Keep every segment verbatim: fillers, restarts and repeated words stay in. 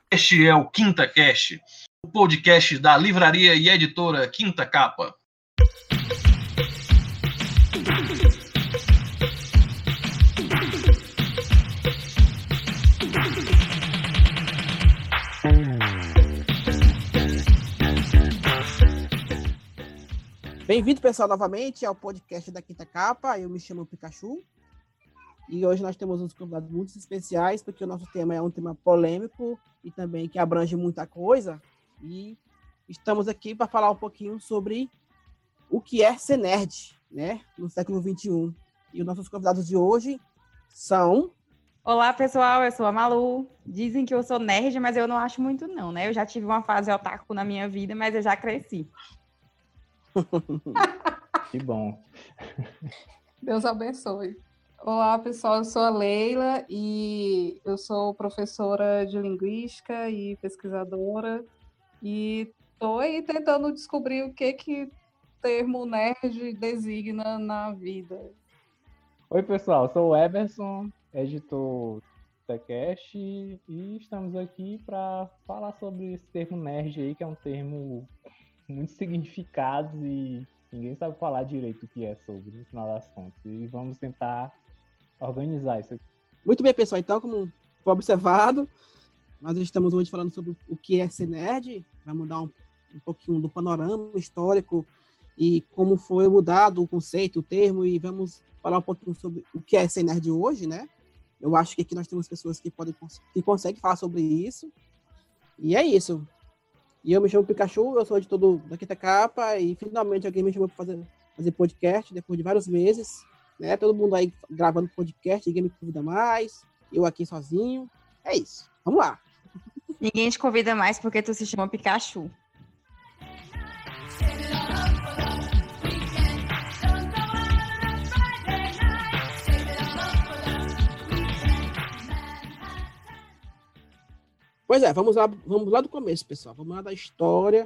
Este é o Quinta Cast, o podcast da livraria e editora Quinta Capa. Bem-vindo, pessoal, novamente ao podcast da Quinta Capa. Eu me chamo Pikachu. E hoje nós temos uns convidados muito especiais, porque o nosso tema é um tema polêmico e também que abrange muita coisa. E estamos aqui para falar um pouquinho sobre o que é ser nerd, né, no século vinte e um. E os nossos convidados de hoje são... Olá, pessoal, eu sou a Malu. Dizem que eu sou nerd, mas eu não acho muito não, né? Eu já tive uma fase otaku na minha vida, mas eu já cresci. Que bom. Deus abençoe. Olá, pessoal, eu sou a Leila e eu sou professora de linguística e pesquisadora e estou aí tentando descobrir o que que o termo nerd designa na vida. Oi, pessoal, eu sou o Everson, editor da Cast, e estamos aqui para falar sobre esse termo nerd aí, que é um termo muito significado e ninguém sabe falar direito o que é sobre, no final das contas. E vamos tentar organizar isso aqui. Muito bem, pessoal. Então, como foi observado, nós estamos hoje falando sobre o que é ser nerd. Vamos dar um, um pouquinho do panorama histórico e como foi mudado o conceito, o termo, e vamos falar um pouquinho sobre o que é ser nerd hoje, né? Eu acho que aqui nós temos pessoas que, podem, que conseguem falar sobre isso. E é isso. E eu me chamo Pikachu, eu sou editor do, da Quinta Capa, e finalmente alguém me chamou para fazer, fazer podcast, depois de vários meses, né? Todo mundo aí gravando podcast, ninguém me convida mais, eu aqui sozinho. É isso, vamos lá. Ninguém te convida mais porque tu se chama Pikachu. Pois é, vamos lá, vamos lá do começo, pessoal. Vamos lá da história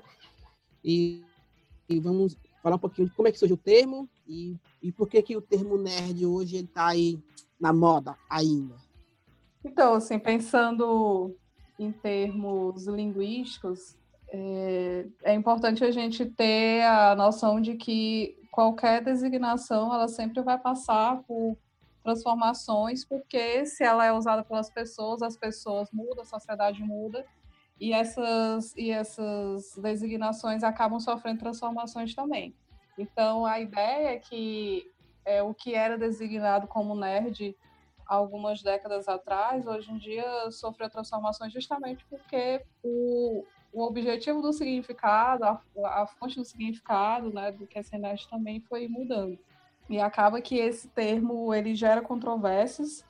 e, e vamos falar um pouquinho de como é que surgiu o termo e, e por que que o termo nerd hoje está aí na moda ainda. Então, assim, pensando em termos linguísticos, é, é importante a gente ter a noção de que qualquer designação, ela sempre vai passar por transformações, porque se ela é usada pelas pessoas, as pessoas mudam, a sociedade muda, e essas, e essas designações acabam sofrendo transformações também. Então, a ideia é que é, o que era designado como nerd algumas décadas atrás, hoje em dia sofreu transformações justamente porque o, o objetivo do significado, a, a fonte do significado, né, do que é ser nerd também foi mudando. E acaba que esse termo ele gera controvérsias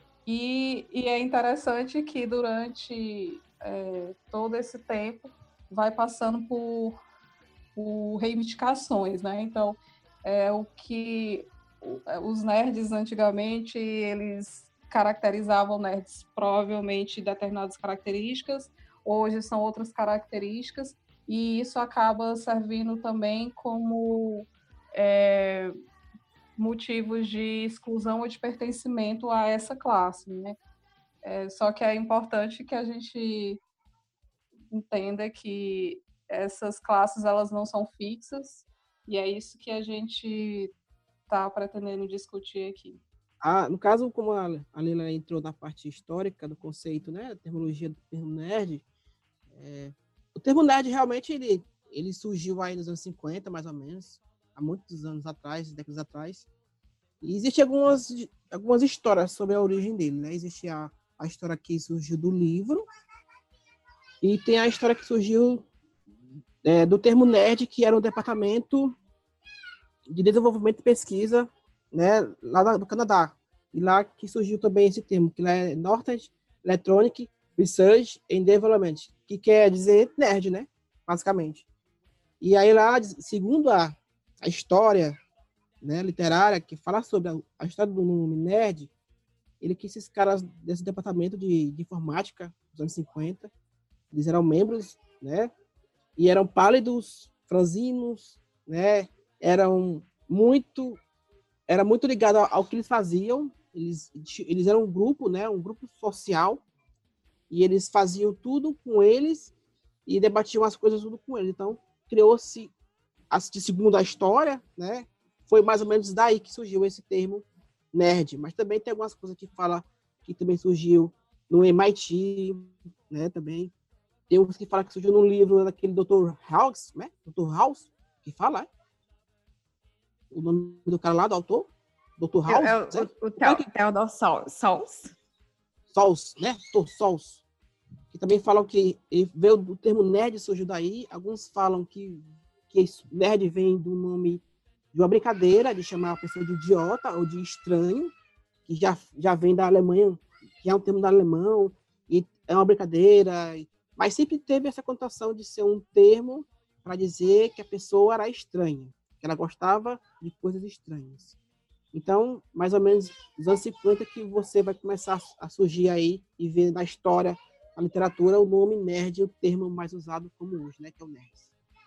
e, e é interessante que durante é, todo esse tempo vai passando por, por reivindicações, né? Então, é, o que os nerds antigamente eles caracterizavam nerds provavelmente determinadas características, hoje são outras características e isso acaba servindo também como é, motivos de exclusão ou de pertencimento a essa classe, né? É, só que é importante que a gente entenda que essas classes elas não são fixas e é isso que a gente está pretendendo discutir aqui. Ah, no caso, como a, a Leila entrou na parte histórica do conceito, né, a terminologia do termo nerd, é, o termo nerd realmente ele, ele surgiu aí nos anos cinquenta, mais ou menos, há muitos anos atrás, décadas atrás. E existem algumas, algumas histórias sobre a origem dele, né? Existe a, a história que surgiu do livro e tem a história que surgiu é, do termo nerd, que era um departamento de desenvolvimento e pesquisa, né, lá do Canadá. E lá que surgiu também esse termo, que é Northern Electronic Research and Development, que quer dizer nerd, né? Basicamente. E aí lá, segundo a, a história, né, literária, que fala sobre a, a história do nome nerd, ele que esses caras desse departamento de, de informática dos anos cinquenta, eles eram membros, né, e eram pálidos, franzinos, né, eram muito, era muito ligado ao, ao que eles faziam, eles, eles eram um grupo, né, um grupo social, e eles faziam tudo com eles e debatiam as coisas tudo com eles. Então, criou-se, segundo a história, né, foi mais ou menos daí que surgiu esse termo nerd. Mas também tem algumas coisas que fala que também surgiu no M I T, né, também. Tem uns que fala que surgiu no livro daquele doutor House, né, doutor House, que fala, né? O nome do cara lá, do autor, doutor House. É, o, o, o Theo, Theodore Souls. Souls, né, doutor Souls. Que também falam que veio do termo nerd, surgiu daí. Alguns falam que, que nerd vem do nome de uma brincadeira, de chamar a pessoa de idiota ou de estranho, que já, já vem da Alemanha, que é um termo da alemão, e é uma brincadeira, mas sempre teve essa conotação de ser um termo para dizer que a pessoa era estranha, que ela gostava de coisas estranhas. Então, mais ou menos nos anos cinquenta que você vai começar a surgir aí e ver na história, na literatura, o nome nerd, o termo mais usado como hoje, né, que é o nerd.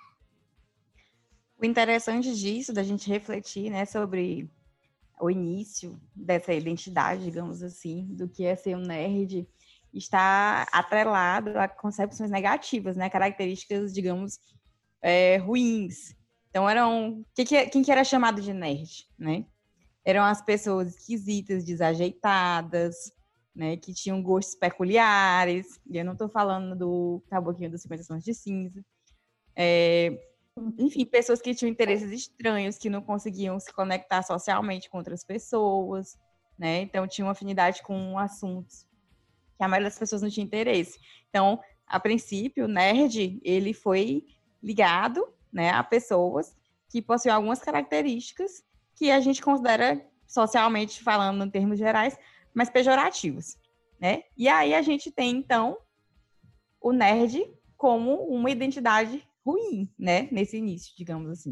O interessante disso, da gente refletir, né, sobre o início dessa identidade, digamos assim, do que é ser um nerd, está atrelado a concepções negativas, né, características, digamos, é, ruins. Então, eram... Que que, quem que era chamado de nerd, né? Eram as pessoas esquisitas, desajeitadas, né, que tinham gostos peculiares, e eu não estou falando do Caboclinho dos cinquenta Tons de Cinza. É... Enfim, pessoas que tinham interesses estranhos, que não conseguiam se conectar socialmente com outras pessoas, né? Então, tinham afinidade com assuntos que a maioria das pessoas não tinha interesse. Então, a princípio, o nerd, ele foi ligado, né, a pessoas que possuem algumas características que a gente considera, socialmente falando, em termos gerais, mais pejorativos, né? E aí a gente tem, então, o nerd como uma identidade ruim, né? Nesse início, digamos assim.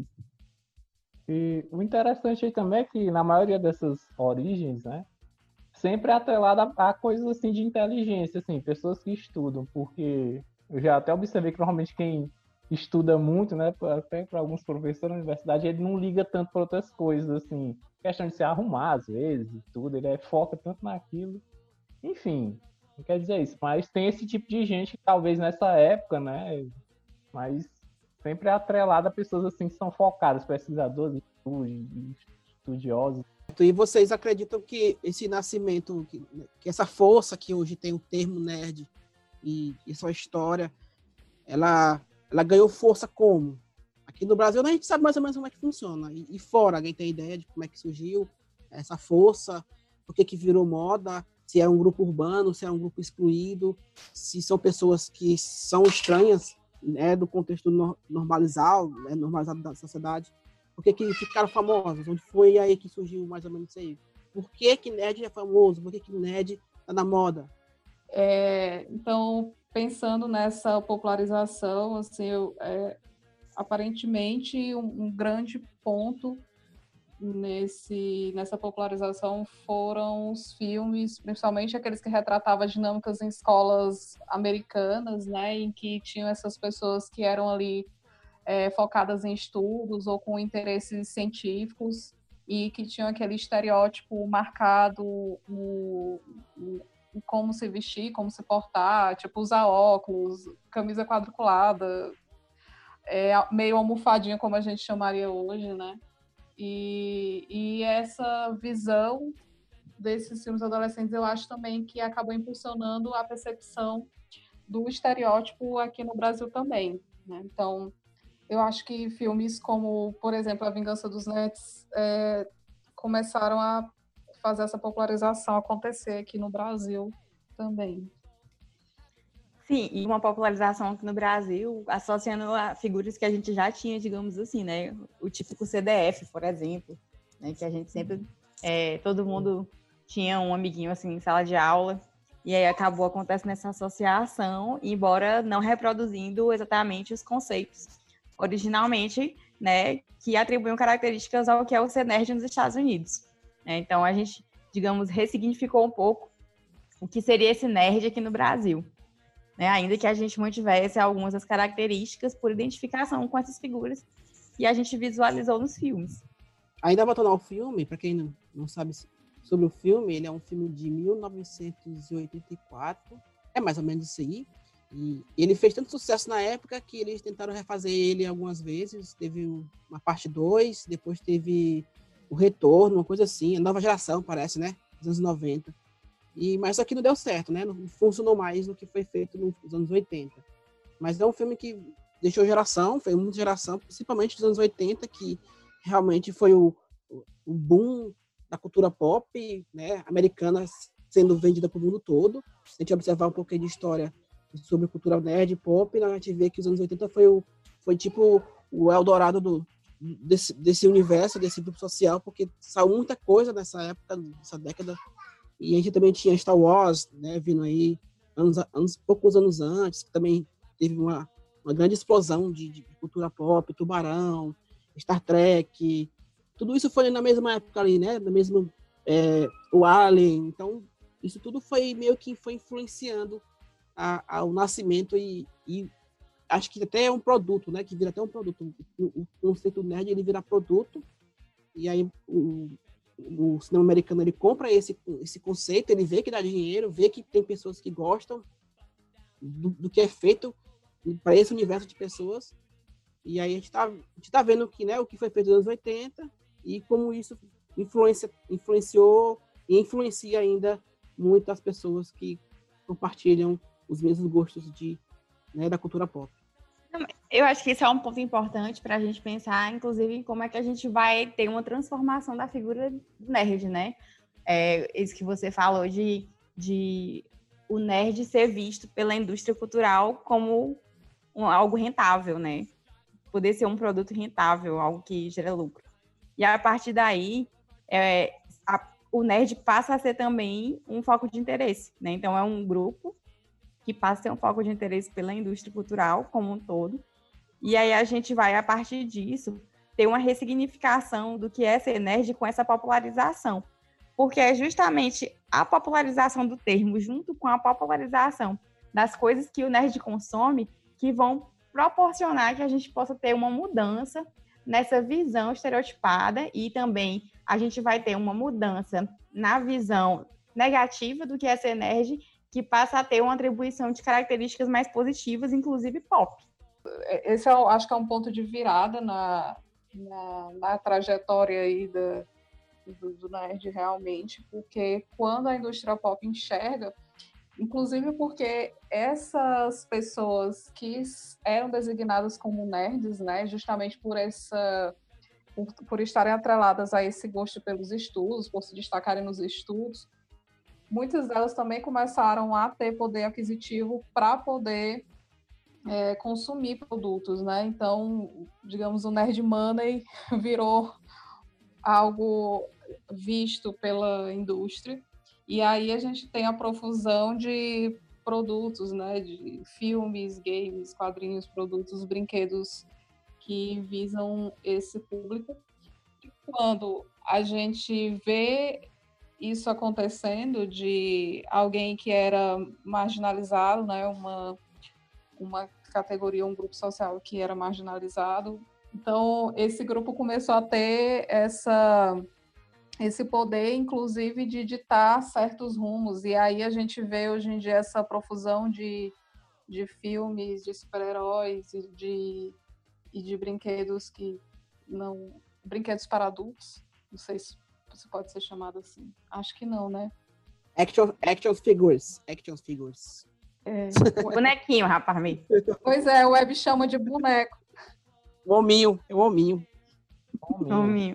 E o interessante aí também é que, na maioria dessas origens, né, sempre é atrelada a, a coisas assim de inteligência, assim, pessoas que estudam, porque eu já até observei que normalmente quem estuda muito, né, até para alguns professores na universidade, ele não liga tanto para outras coisas, assim, questão de se arrumar às vezes, tudo, ele é, foca tanto naquilo. Enfim, não quer dizer isso, mas tem esse tipo de gente que talvez nessa época, né, mas sempre é atrelada a pessoas assim que são focadas, pesquisadores, estudiosos. E vocês acreditam que esse nascimento, que, que essa força que hoje tem o termo nerd e, e sua história, ela, ela ganhou força como? Aqui no Brasil a gente sabe mais ou menos como é que funciona. E, e fora, alguém tem ideia de como é que surgiu essa força? Por que que virou moda? Se é um grupo urbano, se é um grupo excluído, se são pessoas que são estranhas, né, do contexto no, normalizado, né, normalizado da sociedade. Por que que ficaram famosos? Onde foi aí que surgiu mais ou menos isso aí? Por que que nerd é famoso? Por que que nerd tá na moda? É, então, pensando nessa popularização, assim, eu, é, aparentemente um, um grande ponto nesse, nessa popularização foram os filmes, principalmente aqueles que retratavam dinâmicas em escolas americanas, né, em que tinham essas pessoas que eram ali é, focadas em estudos ou com interesses científicos e que tinham aquele estereótipo marcado no, no, em como se vestir, como se portar, tipo usar óculos, camisa quadriculada, é, meio almofadinha, como a gente chamaria hoje, né? E, e essa visão desses filmes adolescentes, eu acho também que acabou impulsionando a percepção do estereótipo aqui no Brasil também, né? Então, eu acho que filmes como, por exemplo, A Vingança dos Nerds é, começaram a fazer essa popularização acontecer aqui no Brasil também. Sim, e uma popularização aqui no Brasil, associando a figuras que a gente já tinha, digamos assim, né? O típico C D F, por exemplo, né? Que a gente sempre, é, todo mundo tinha um amiguinho assim em sala de aula, e aí acabou acontecendo essa associação, embora não reproduzindo exatamente os conceitos originalmente, né? Que atribuíam características ao que é o ser nerd nos Estados Unidos. Né? Então a gente, digamos, ressignificou um pouco o que seria esse nerd aqui no Brasil. Né, ainda que a gente mantivesse algumas das características por identificação com essas figuras que a gente visualizou nos filmes. Ainda voltando ao filme, para quem não, não sabe sobre o filme, ele é um filme de mil novecentos e oitenta e quatro. É mais ou menos isso aí. E ele fez tanto sucesso na época que eles tentaram refazer ele algumas vezes. Teve uma parte dois, depois teve o retorno, uma coisa assim. A nova geração, parece, né? Dos anos noventa. E, mas isso aqui não deu certo, né? Não funcionou mais do que foi feito nos anos oitenta. Mas é um filme que deixou geração, foi muita geração, principalmente dos anos oitenta, que realmente foi o, o boom da cultura pop, né? Americana sendo vendida para o mundo todo. Se a gente observar um pouquinho de história sobre cultura nerd pop, a gente vê que os anos oitenta foi, o, foi tipo o Eldorado do, desse, desse universo, desse grupo social, porque saiu muita coisa nessa época, nessa década. E a gente também tinha Star Wars, né, vindo aí anos, anos, poucos anos antes, que também teve uma, uma grande explosão de, de cultura pop, Tubarão, Star Trek, tudo isso foi na mesma época ali, né, na mesma, é, o Alien, então isso tudo foi meio que foi influenciando a, ao nascimento e, e acho que até é um produto, né, que vira até um produto, o, o conceito nerd ele vira produto, e aí o o cinema americano ele compra esse, esse conceito, ele vê que dá dinheiro, vê que tem pessoas que gostam do, do que é feito para esse universo de pessoas, e aí a gente está tá vendo que, né, o que foi feito nos anos oitenta e como isso influencia, influenciou e influencia ainda muito as pessoas que compartilham os mesmos gostos de, né, da cultura pop. Eu acho que isso é um ponto importante para a gente pensar, inclusive, em como é que a gente vai ter uma transformação da figura do nerd, né? É, isso que você falou de, de o nerd ser visto pela indústria cultural como um, algo rentável, né? Poder ser um produto rentável, algo que gera lucro. E a partir daí, é, a, o nerd passa a ser também um foco de interesse, né? Então, é um grupo que passa a ser um foco de interesse pela indústria cultural como um todo. E aí a gente vai, a partir disso, ter uma ressignificação do que é ser nerd com essa popularização. Porque é justamente a popularização do termo, junto com a popularização das coisas que o nerd consome, que vão proporcionar que a gente possa ter uma mudança nessa visão estereotipada e também a gente vai ter uma mudança na visão negativa do que é ser nerd, que passa a ter uma atribuição de características mais positivas, inclusive pop. Esse é, acho que é um ponto de virada na, na, na trajetória aí da, do, do nerd realmente, porque quando a indústria pop enxerga, inclusive porque essas pessoas que eram designadas como nerds, né, justamente por essa por, por estarem atreladas a esse gosto pelos estudos, por se destacarem nos estudos, muitas delas também começaram a ter poder aquisitivo para poder é, consumir produtos, né? Então, digamos, o nerd money virou algo visto pela indústria. E aí a gente tem a profusão de produtos, né? De filmes, games, quadrinhos, produtos, brinquedos que visam esse público. E quando a gente vê isso acontecendo de alguém que era marginalizado, né, uma, uma categoria, um grupo social que era marginalizado. Então, esse grupo começou a ter essa, esse poder, inclusive, de ditar certos rumos. E aí a gente vê, hoje em dia, essa profusão de, de filmes, de super-heróis e de, e de brinquedos que não... brinquedos para adultos, não sei se se pode ser chamado assim. Acho que não, né? Action, action figures. Action figures. É. Bonequinho, rapaz, meio. Pois é, o Web chama de boneco. O hominho, é o hominho. Hominho.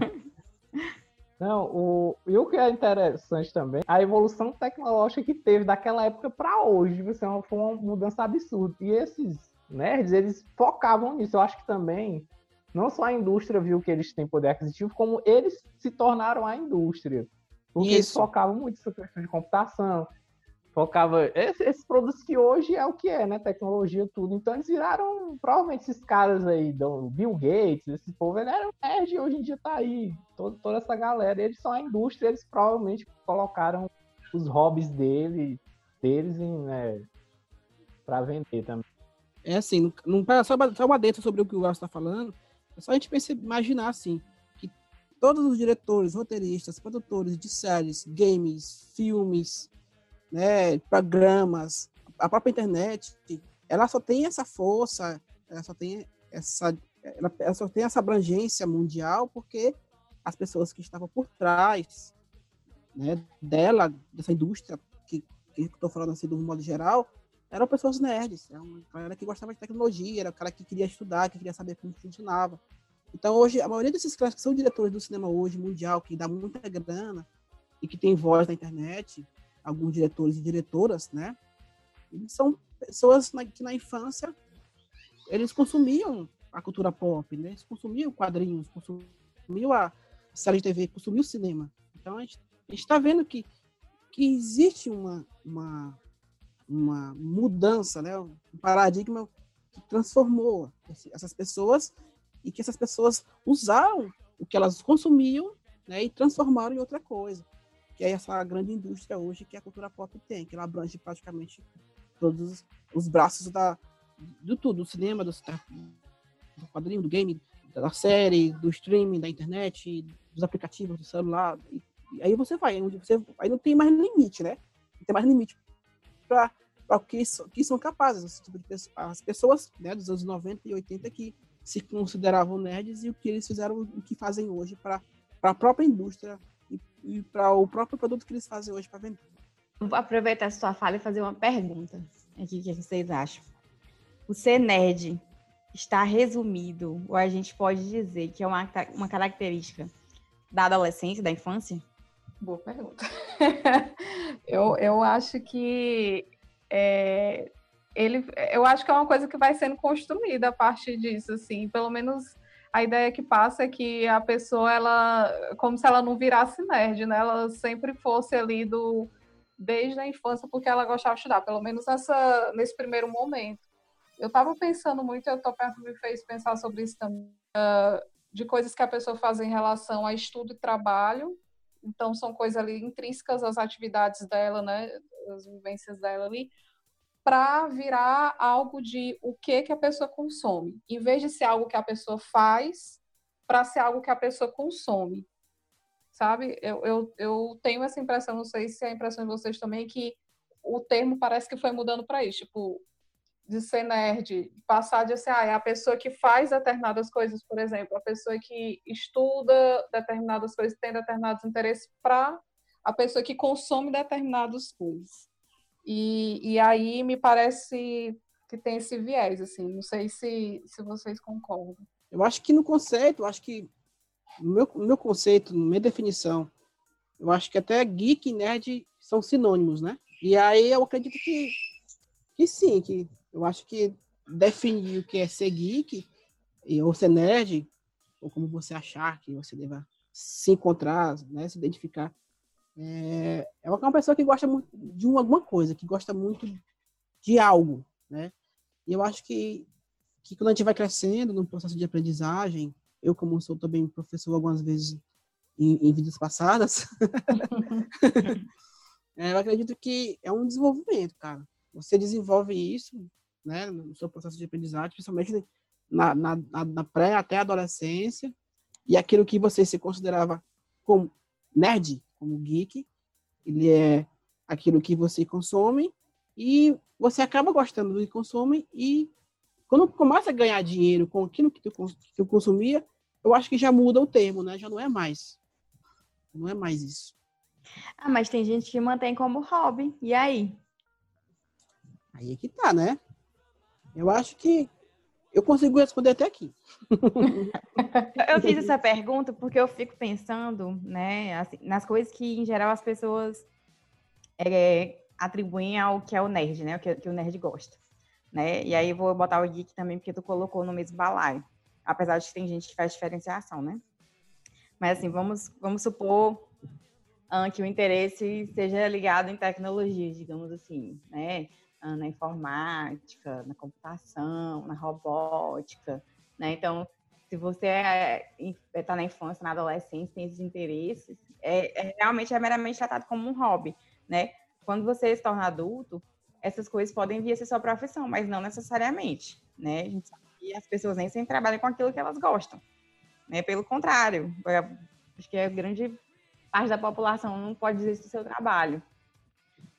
Não, o, e o que é interessante também, a evolução tecnológica que teve daquela época para hoje, foi uma, foi uma mudança absurda. E esses nerds, eles focavam nisso. Eu acho que também não só a indústria viu que eles têm poder aquisitivo, como eles se tornaram a indústria. Porque Isso. eles focavam muito nessa questão de computação, focava esses, esses produtos que hoje é o que é, né? Tecnologia, tudo. Então eles viraram, provavelmente, esses caras aí, do Bill Gates, esse povo, ele era um nerd e hoje em dia tá aí, todo, toda essa galera. Eles são a indústria, eles provavelmente colocaram os hobbies dele, deles em, né, para vender também. É assim, não, não, só, só uma dentro sobre o que o Wallace está falando. É só a gente pensar, imaginar assim, que todos os diretores, roteiristas, produtores de séries, games, filmes, né, programas, a própria internet, ela só tem essa força, ela só tem essa, ela, ela só tem essa abrangência mundial porque as pessoas que estavam por trás, né, dela, dessa indústria, que, que eu estou falando assim, do modo geral, eram pessoas nerds, era uma galera que gostava de tecnologia, era o cara que queria estudar, que queria saber como funcionava. Então, hoje, a maioria desses caras que são diretores do cinema hoje, mundial, que dá muita grana e que tem voz na internet, alguns diretores e diretoras, né, eles são pessoas na, que na infância eles consumiam a cultura pop, né, eles consumiam quadrinhos, consumiam a série de T V, consumiam o cinema. Então, a gente está vendo que, que existe uma, uma, uma mudança, né, um paradigma que transformou esse, essas pessoas e que essas pessoas usaram o que elas consumiam, né, e transformaram em outra coisa. Que é essa grande indústria hoje que a cultura pop tem, que ela abrange praticamente todos os braços da, do tudo, do cinema, do, do quadrinho, do game, da série, do streaming, da internet, dos aplicativos do celular. E, e aí você vai, onde você, aí não tem mais limite, né? Não tem mais limite para o que, que são capazes. Esse tipo de pessoa, as pessoas, né, dos anos noventa e oitenta que se consideravam nerds e o que eles fizeram, o que fazem hoje para a própria indústria e, e para o próprio produto que eles fazem hoje para vender. Vou aproveitar a sua fala e fazer uma pergunta aqui, o que vocês acham? O ser nerd está resumido, ou a gente pode dizer que é uma, uma característica da adolescência, da infância? Boa pergunta. eu, eu acho que é, ele, eu acho que é uma coisa que vai sendo construída a partir disso, assim, pelo menos a ideia que passa é que a pessoa, ela, como se ela não virasse nerd, né? Ela sempre fosse ali do, desde a infância, porque ela gostava de estudar, pelo menos nessa, nesse primeiro momento. Eu estava pensando muito, eu tô me fez pensar sobre isso também, uh, de coisas que a pessoa faz em relação a estudo e trabalho. Então, são coisas ali intrínsecas às atividades dela, né? As vivências dela ali, para virar algo de o que, que a pessoa consome. Em vez de ser algo que a pessoa faz, para ser algo que a pessoa consome. Sabe? Eu, eu, eu tenho essa impressão, não sei se é a impressão de vocês também, que o termo parece que foi mudando para isso. Tipo, de ser nerd, passar de ser ah, é a pessoa que faz determinadas coisas, por exemplo, a pessoa que estuda determinadas coisas, tem determinados interesses, para a pessoa que consome determinadas coisas. E, e aí me parece que tem esse viés, assim, não sei se, se vocês concordam. Eu acho que no conceito, eu acho que no meu, no meu conceito, na minha definição, eu acho que até geek e nerd são sinônimos, né? E aí eu acredito que, que sim, que eu acho que definir o que é ser geek ou ser nerd, ou como você achar que você deva se encontrar, né, se identificar, é, é uma pessoa que gosta muito de uma, alguma coisa, que gosta muito de algo, né? E eu acho que, que quando a gente vai crescendo no processo de aprendizagem, eu como sou também professor algumas vezes em, em vidas passadas, é, eu acredito que é um desenvolvimento, cara. Você desenvolve isso, né, no seu processo de aprendizagem, principalmente na, na, na pré até a adolescência, e aquilo que você se considerava como nerd, como geek, ele é aquilo que você consome e você acaba gostando do que consome e quando começa a ganhar dinheiro com aquilo que tu, que tu consumia, eu acho que já muda o termo, né? Já não é mais. Não é mais isso. Ah, mas tem gente que mantém como hobby. E aí? Aí é que tá, né? Eu acho que eu consigo responder até aqui. Eu fiz essa pergunta porque eu fico pensando, né, assim, nas coisas que, em geral, as pessoas é, atribuem ao que é o nerd, né? O que, que o nerd gosta. Né? E aí eu vou botar o geek também, porque tu colocou no mesmo balaio. Apesar de que tem gente que faz diferenciação, né? Mas assim, vamos, vamos supor uh, que o interesse seja ligado em tecnologia, digamos assim, né? Uh, na informática, na computação, na robótica, né? Então, se você está é, na infância, na adolescência, tem esses interesses, é, é, realmente é meramente tratado como um hobby, né? Quando você se torna adulto, essas coisas podem vir a ser sua profissão, mas não necessariamente, né? A gente sabe que as pessoas nem sempre trabalham com aquilo que elas gostam, né? Pelo contrário, acho que a grande parte da população não pode dizer isso do seu trabalho.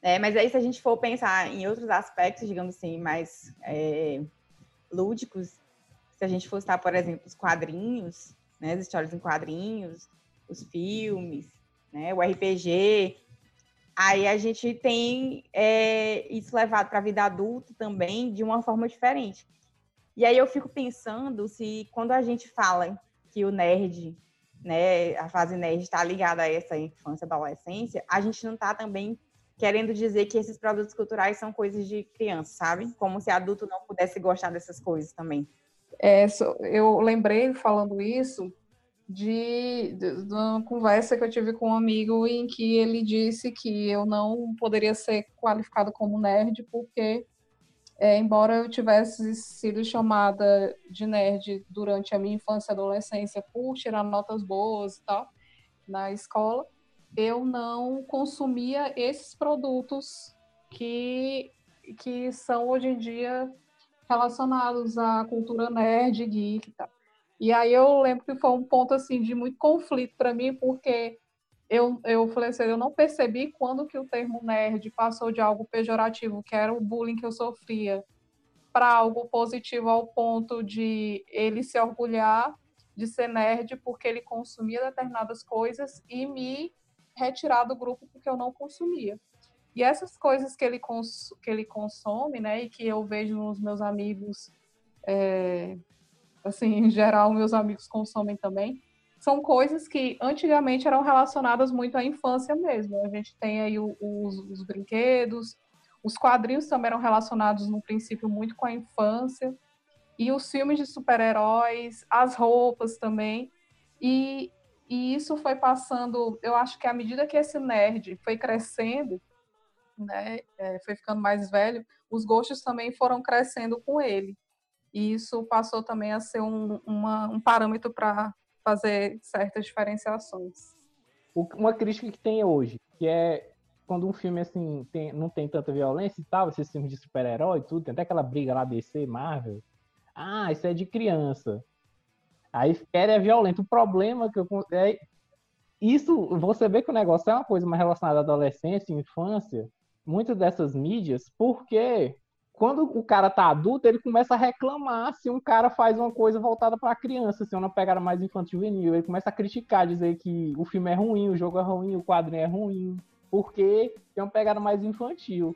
É, mas aí se a gente for pensar em outros aspectos, digamos assim, mais é, lúdicos, se a gente for citar, por exemplo, os quadrinhos, né, as histórias em quadrinhos, os filmes, né, o R P G, aí a gente tem é, isso levado para a vida adulta também de uma forma diferente. E aí eu fico pensando se quando a gente fala que o nerd, né, a fase nerd está ligada a essa infância, adolescência, a gente não está também querendo dizer que esses produtos culturais são coisas de criança, sabe? Como se adulto não pudesse gostar dessas coisas também. É, eu lembrei, falando isso, de, de, de uma conversa que eu tive com um amigo em que ele disse que eu não poderia ser qualificado como nerd porque, é, embora eu tivesse sido chamada de nerd durante a minha infância e adolescência por tirar notas boas e tal na escola, eu não consumia esses produtos que, que são hoje em dia relacionados à cultura nerd, geek e tal. E aí eu lembro que foi um ponto assim de muito conflito para mim, porque eu, eu falei assim, eu não percebi quando que o termo nerd passou de algo pejorativo, que era o bullying que eu sofria, para algo positivo ao ponto de ele se orgulhar de ser nerd porque ele consumia determinadas coisas e me retirar do grupo porque eu não consumia. E essas coisas que ele, cons- que ele consome, né, e que eu vejo nos meus amigos, é, assim, em geral, meus amigos consomem também, são coisas que antigamente eram relacionadas muito à infância mesmo. A gente tem aí o, os, os brinquedos, os quadrinhos também eram relacionados, no princípio, muito com a infância, e os filmes de super-heróis, as roupas também, e, e isso foi passando, eu acho que à medida que esse nerd foi crescendo, né, é, foi ficando mais velho, os gostos também foram crescendo com ele. E isso passou também a ser um, uma, um parâmetro para fazer certas diferenciações. Uma crítica que tem hoje, que é quando um filme assim tem, não tem tanta violência e tal, esses filmes de super-herói e tudo, tem até aquela briga lá D C, Marvel. Ah, isso é de criança. Aí quer é violento. O problema que eu é isso, você vê que o negócio é uma coisa mais relacionada à adolescência, infância, muitas dessas mídias, porque quando o cara tá adulto, ele começa a reclamar se um cara faz uma coisa voltada para criança, se uma pegada mais infantil juvenil, ele começa a criticar, dizer que o filme é ruim, o jogo é ruim, o quadrinho é ruim, porque tem uma pegada mais infantil.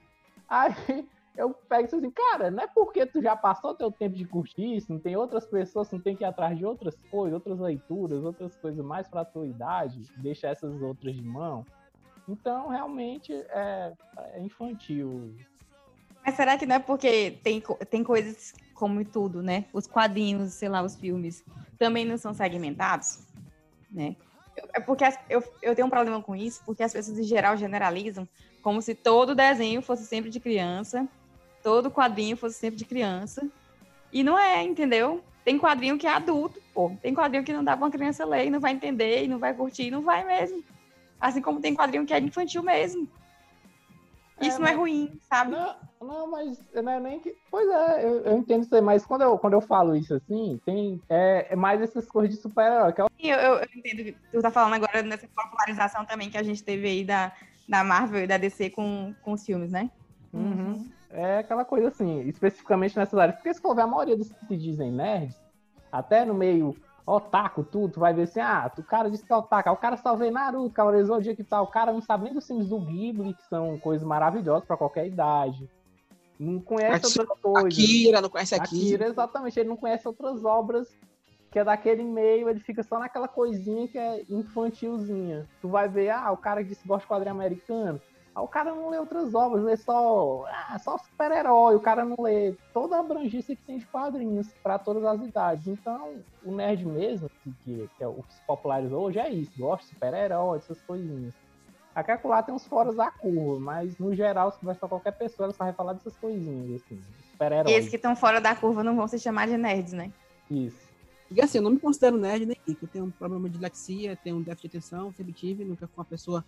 Aí eu pego isso assim, cara, não é porque tu já passou teu tempo de curtir isso, não tem outras pessoas, não tem que ir atrás de outras coisas, outras leituras, outras coisas mais pra tua idade, deixa essas outras de mão. Então, realmente, é, é infantil. Mas será que não é porque tem, tem coisas como tudo, né? Os quadrinhos, sei lá, os filmes, também não são segmentados, né? É porque as, eu, eu tenho um problema com isso, porque as pessoas, em geral, generalizam como se todo desenho fosse sempre de criança, todo quadrinho fosse sempre de criança. E não é, entendeu? Tem quadrinho que é adulto, pô. Tem quadrinho que não dá pra uma criança ler e não vai entender, e não vai curtir, e não vai mesmo. Assim como tem quadrinho que é infantil mesmo. Isso é, não mas... é ruim, sabe? Não, não, mas não é nem que... Pois é, eu, eu entendo isso aí, mas quando eu, quando eu falo isso assim, tem é, é mais essas coisas de super-herói. Que é... Sim, eu, eu entendo que tu tá falando agora nessa popularização também que a gente teve aí da, da Marvel e da D C com, com os filmes, né? Uhum. É aquela coisa assim, especificamente nessas áreas. Porque se for ver a maioria dos que se dizem nerds, até no meio otaku, tudo, tu vai ver assim, ah, o cara disse que é otaku, o cara só vê Naruto, Cavaleiro do Zodíaco e tal, o cara não sabe nem dos filmes do Ghibli, que são coisas maravilhosas pra qualquer idade. Não conhece Akira, outras coisas. Akira, não conhece Akira. Akira, exatamente, ele não conhece outras obras que é daquele meio, ele fica só naquela coisinha que é infantilzinha. Tu vai ver, ah, o cara disse que gosta de quadrinho americano, ah, o cara não lê outras obras, lê só, ah, só super-herói, o cara não lê toda a abrangência que tem de quadrinhos para todas as idades. Então, o nerd mesmo, que, que, que é o que se popularizou hoje, é isso, gosta de super-herói, essas coisinhas. Aqui lá tem uns foras da curva, mas no geral, se conversar com qualquer pessoa, ela só vai falar dessas coisinhas, assim, super-heróis. E esses que estão fora da curva não vão se chamar de nerds, né? Isso. E assim, eu não me considero nerd nem rico, eu tenho um problema de dislexia, tenho um déficit de atenção, sempre tive, nunca fui uma pessoa,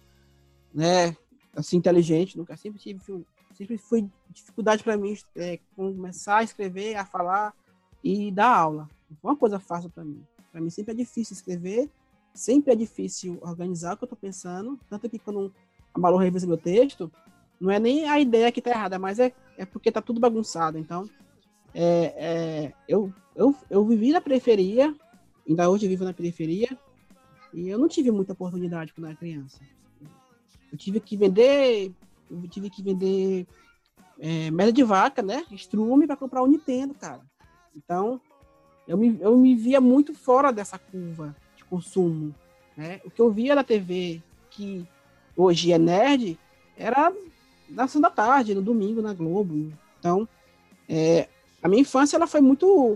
né, assim, inteligente, nunca, sempre tive, sempre foi dificuldade para mim é, começar a escrever, a falar e dar aula. Não foi uma coisa fácil para mim. Para mim sempre é difícil escrever, sempre é difícil organizar o que eu estou pensando, tanto que quando a Malu revisa meu texto, Não é nem a ideia que tá errada, mas é, é porque tá tudo bagunçado. Então, é, é, eu, eu, eu vivi na periferia, ainda hoje vivo na periferia, e eu não tive muita oportunidade quando era criança. Eu tive que vender, eu tive que vender é, merda de vaca, né? Estrume para comprar um Nintendo, cara. Então, eu me, eu me via muito fora dessa curva de consumo, né? O que eu via na T V, que hoje é nerd, era na sessão da tarde, no domingo, na Globo. Então, é, a minha infância ela foi muito,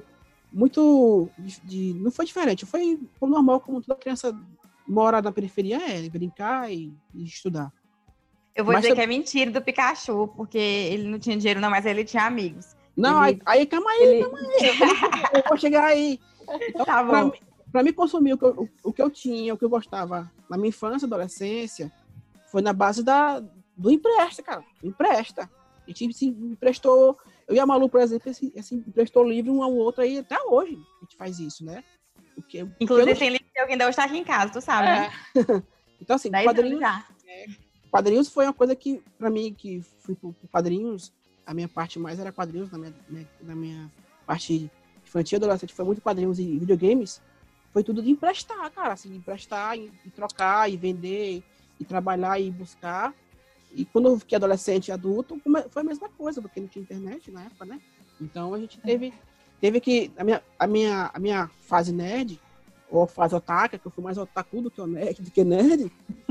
muito, de, de, não foi diferente, foi normal, como toda criança mora na periferia, é brincar e, e estudar. Eu vou Mas dizer eu- que é mentira do Pikachu, porque ele não tinha dinheiro não, mas ele tinha amigos. Não, Ele- aí, aí calma aí, Ele... calma aí, eu, eu vou chegar aí. Então, Tá pra, bom. mim- pra mim consumir o que, eu, o, o que eu tinha, o que eu gostava na minha infância, adolescência, foi na base da, do empresta, cara. Empresta. A gente se emprestou. Eu e a Malu, por exemplo, se, se emprestou livro um ao outro aí, até hoje a gente faz isso, né? Porque, porque eu Inclusive, não- tem livro que ainda hoje tá aqui em casa, tu sabe, né? É. Então, assim, Dez anos quadrinhos, já. quadrinhos foi uma coisa que, pra mim, que fui por por quadrinhos, a minha parte mais era quadrinhos, na minha, minha- na minha parte infantil, adolescente, foi muito quadrinhos e videogames. Foi tudo de emprestar, cara, assim, de emprestar e, e trocar, e vender, e trabalhar, e buscar. E quando eu fiquei adolescente e adulto, come- foi a mesma coisa, porque não tinha internet na época, né? Então a gente teve, teve que, a minha, a, minha, a minha fase nerd, ou fase otaka, que eu fui mais otaku do que o nerd, do que nerd,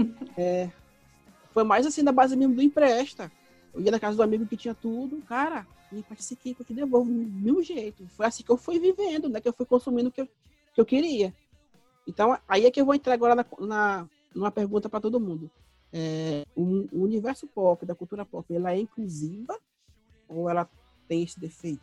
é, foi mais assim da base mesmo do empresta. Eu ia na casa do amigo que tinha tudo, cara, me empresta isso aqui que eu te devolvo do mesmo jeito. Foi assim que eu fui vivendo, né? Que eu fui consumindo o que eu, que eu queria. Então, aí é que eu vou entrar agora na, na, numa pergunta para todo mundo. É, o, o universo pop, da cultura pop, ela é inclusiva ou ela tem esse defeito?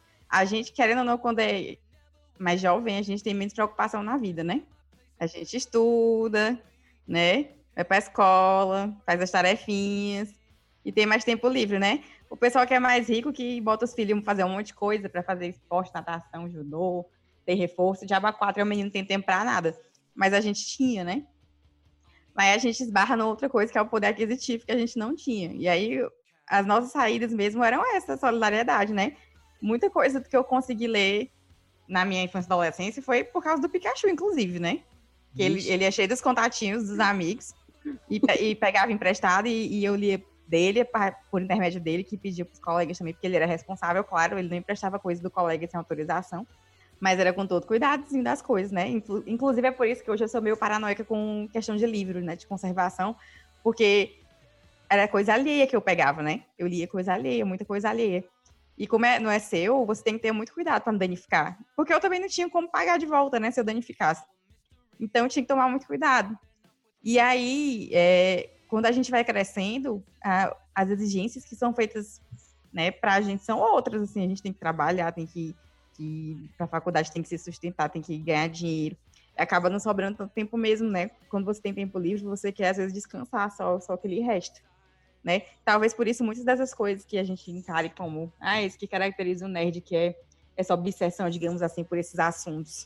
A gente, querendo ou não, quando é mais jovem, a gente tem menos preocupação na vida, né? A gente estuda, né? Vai pra escola, faz as tarefinhas e tem mais tempo livre, né? O pessoal que é mais rico, que bota os filhos fazer um monte de coisa para fazer esporte, natação, judô, ter reforço, de aba quatro, o menino não tem tempo pra nada. Mas a gente tinha, né? Mas a gente esbarra na outra coisa, que é o poder aquisitivo, que a gente não tinha. E aí, as nossas saídas mesmo eram essa solidariedade, né? Muita coisa que eu consegui ler na minha infância e adolescência foi por causa do Pikachu, inclusive, né? Que ele, ele é cheio dos contatinhos dos amigos e, pe- e pegava emprestado e, e eu lia dele, pa- por intermédio dele, que pedia para os colegas também, porque ele era responsável, claro, ele não emprestava coisa do colega sem autorização, mas era com todo cuidadozinho das coisas, né? Inclu- Inclusive é por isso que hoje eu sou meio paranoica com questão de livro, né? De conservação, porque era coisa alheia que eu pegava, né? Eu lia coisa alheia, muita coisa alheia. E como é, não é seu, você tem que ter muito cuidado para não danificar. Porque eu também não tinha como pagar de volta, né? Se eu danificasse. Então, tinha que tomar muito cuidado. E aí, é, quando a gente vai crescendo, a, as exigências que são feitas, né, para a gente são outras. Assim, a gente tem que trabalhar, tem que, que para a faculdade tem que se sustentar, tem que ganhar dinheiro. Acaba não sobrando tanto tempo mesmo, né? Quando você tem tempo livre, você quer, às vezes, descansar só, só aquele resto. Né? Talvez por isso muitas dessas coisas que a gente encare como ah, isso que caracteriza o nerd, que é essa obsessão, digamos assim, por esses assuntos,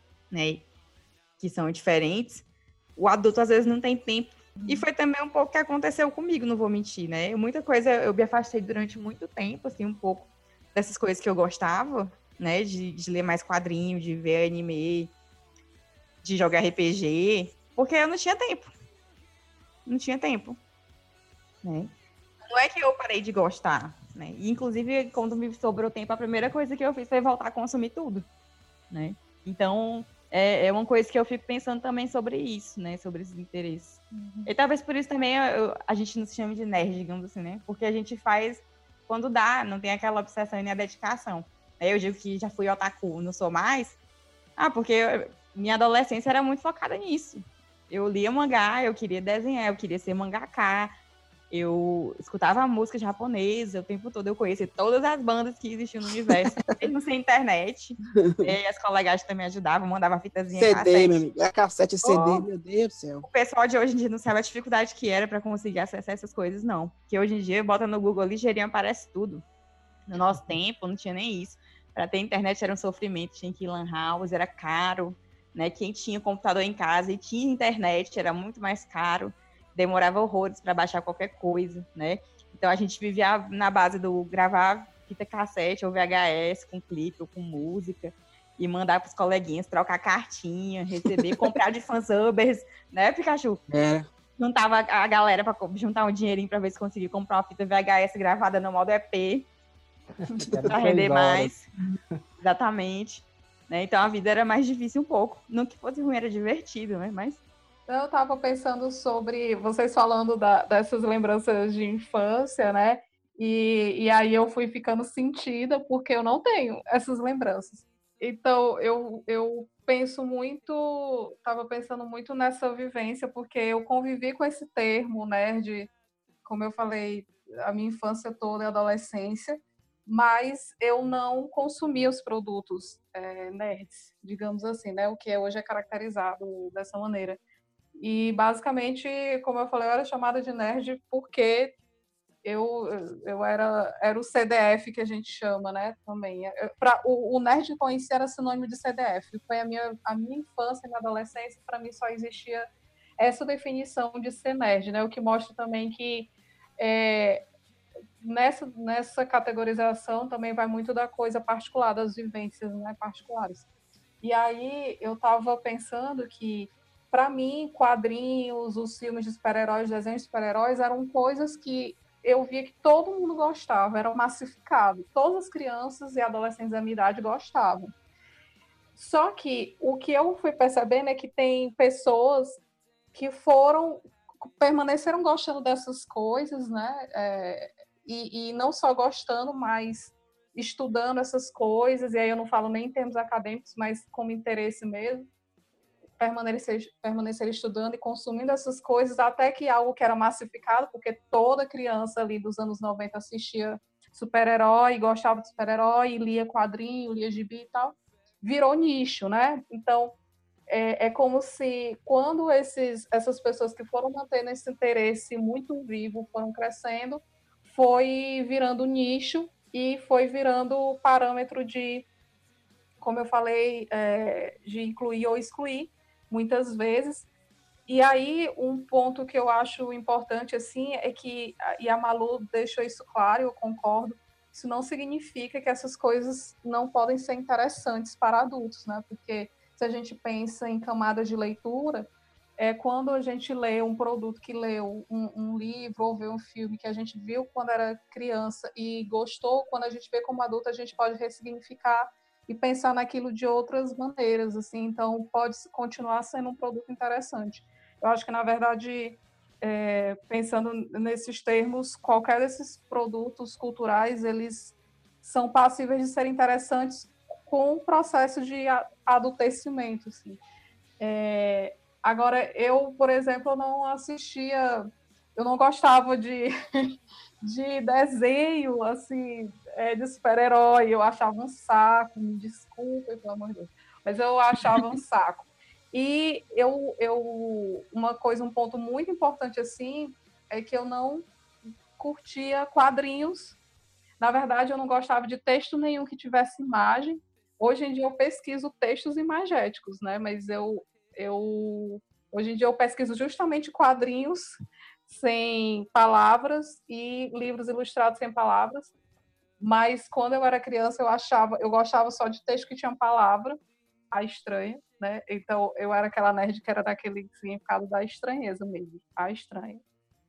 né, que são diferentes, o adulto às vezes não tem tempo. E foi também um pouco o que aconteceu comigo, não vou mentir, né? Muita coisa eu me afastei durante muito tempo, assim, um pouco dessas coisas que eu gostava, né, de, de ler mais quadrinhos, de ver anime, de jogar R P G, porque eu não tinha tempo. Não tinha tempo. Né? Não é que eu parei de gostar, né? E, inclusive, quando me sobrou tempo, a primeira coisa que eu fiz foi voltar a consumir tudo, né? Então, é, é uma coisa que eu fico pensando também sobre isso, né? Sobre esses interesses. Uhum. E talvez por isso também eu, a gente não se chama de nerd, digamos assim, né? Porque a gente faz quando dá, não tem aquela obsessão e nem a dedicação. Eu digo que já fui otaku, não sou mais. Ah, porque eu, minha adolescência era muito focada nisso. Eu lia mangá, eu queria desenhar, eu queria ser mangaka. Eu escutava música japonesa o tempo todo, eu conhecia todas as bandas que existiam no universo, mesmo sem internet. E as colegas também ajudavam, mandavam fitazinha C D, cassete. meu amigo. É cassete C D, oh, meu Deus do céu. O pessoal de hoje em dia não sabe a dificuldade que era para conseguir acessar essas coisas, não. Porque hoje em dia, bota no Google ligeirinho, aparece tudo. No nosso tempo, não tinha nem isso. Para ter internet era um sofrimento, tinha que ir lan house, era caro. Né? Quem tinha computador em casa e tinha internet era muito mais caro. demorava horrores para baixar qualquer coisa, né? Então a gente vivia na base do gravar fita cassete ou V H S com clipe ou com música e mandar para os coleguinhas, trocar cartinha, receber, comprar de fansubers, né, Pikachu? É. Juntava a galera para juntar um dinheirinho para ver se conseguia comprar uma fita V H S gravada no modo E P para render mais. Exatamente. Né? Então a vida era mais difícil um pouco. Não que fosse ruim, era divertido, né? Mas eu estava pensando sobre vocês falando da, dessas lembranças de infância, né? E, e aí eu fui ficando sentida porque eu não tenho essas lembranças. Então eu, eu penso muito, estava pensando muito nessa vivência, porque eu convivi com esse termo, nerd, como eu falei, a minha infância toda e adolescência, mas eu não consumia os produtos é, nerds, digamos assim, né? O que hoje é caracterizado dessa maneira. E, basicamente, como eu falei, eu era chamada de nerd porque eu, eu era, era o C D F, que a gente chama, né, também. Eu, pra, o, o nerd que conheci era sinônimo de C D F. Foi a minha, a minha infância e minha adolescência, para mim só existia essa definição de ser nerd, né? O que mostra também que é, nessa, nessa categorização também vai muito da coisa particular, das vivências, né, particulares. E aí eu estava pensando que, para mim, quadrinhos, os filmes de super-heróis, desenhos de super-heróis eram coisas que eu via que todo mundo gostava, eram massificados. Todas as crianças e adolescentes da minha idade gostavam. Só que o que eu fui percebendo é que tem pessoas que foram, permaneceram gostando dessas coisas, né? É, e, e não só gostando, mas estudando essas coisas, e aí eu não falo nem em termos acadêmicos, mas como interesse mesmo, permanecer, permanecer estudando e consumindo essas coisas, até que algo que era massificado, porque toda criança ali dos anos noventa assistia super-herói, gostava de super-herói, lia quadrinho, lia gibi e tal, virou nicho, né? Então, é, é como se quando esses, essas pessoas que foram mantendo esse interesse muito vivo, foram crescendo, foi virando nicho e foi virando parâmetro de, como eu falei, é, de incluir ou excluir, muitas vezes. E aí, um ponto que eu acho importante, assim, é que, e a Malu deixou isso claro, eu concordo, isso não significa que essas coisas não podem ser interessantes para adultos, né? Porque se a gente pensa em camadas de leitura, é quando a gente lê um produto que leu um, um livro ou vê um filme que a gente viu quando era criança e gostou, quando a gente vê como adulto, a gente pode ressignificar e pensar naquilo de outras maneiras, assim, então pode continuar sendo um produto interessante. Eu acho que, na verdade, é, pensando nesses termos, qualquer desses produtos culturais, eles são passíveis de serem interessantes com o processo de adultecimento, assim. É, agora, eu, por exemplo, não assistia, eu não gostava de, de desenho, assim, é, de super-herói, eu achava um saco, me desculpe, pelo amor de Deus, mas eu achava um saco. E eu, eu, uma coisa, um ponto muito importante, assim, é que eu não curtia quadrinhos. Na verdade, eu não gostava de texto nenhum que tivesse imagem. Hoje em dia eu pesquiso textos imagéticos, né? Mas eu, eu hoje em dia eu pesquiso justamente quadrinhos sem palavras e livros ilustrados sem palavras. Mas quando eu era criança eu achava, eu gostava só de texto que tinha palavra, a estranha, né? Então eu era aquela nerd que era daquele significado da estranheza mesmo, a estranha.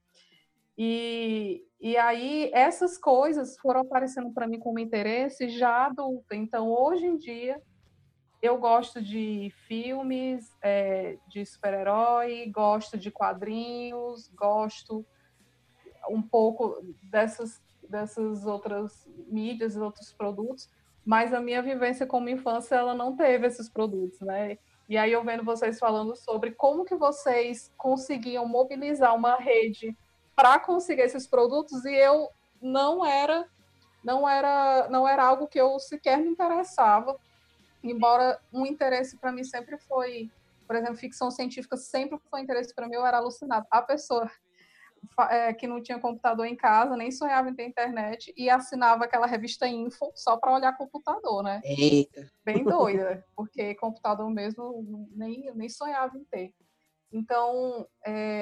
E, e aí essas coisas foram aparecendo para mim como interesse já adulta. Então hoje em dia eu gosto de filmes, é, de super-herói, gosto de quadrinhos, gosto um pouco dessas, dessas outras mídias e outros produtos, mas a minha vivência como infância, ela não teve esses produtos, né? E aí eu vendo vocês falando sobre como que vocês conseguiam mobilizar uma rede para conseguir esses produtos, e eu não era, não era, não era algo que eu sequer me interessava, embora um interesse para mim sempre foi, por exemplo, ficção científica sempre foi um interesse para mim, eu era alucinada. A pessoa é, que não tinha computador em casa, nem sonhava em ter internet, e assinava aquela revista Info só para olhar computador, né? Eita. Bem doida, porque computador mesmo nem, nem sonhava em ter. Então, é,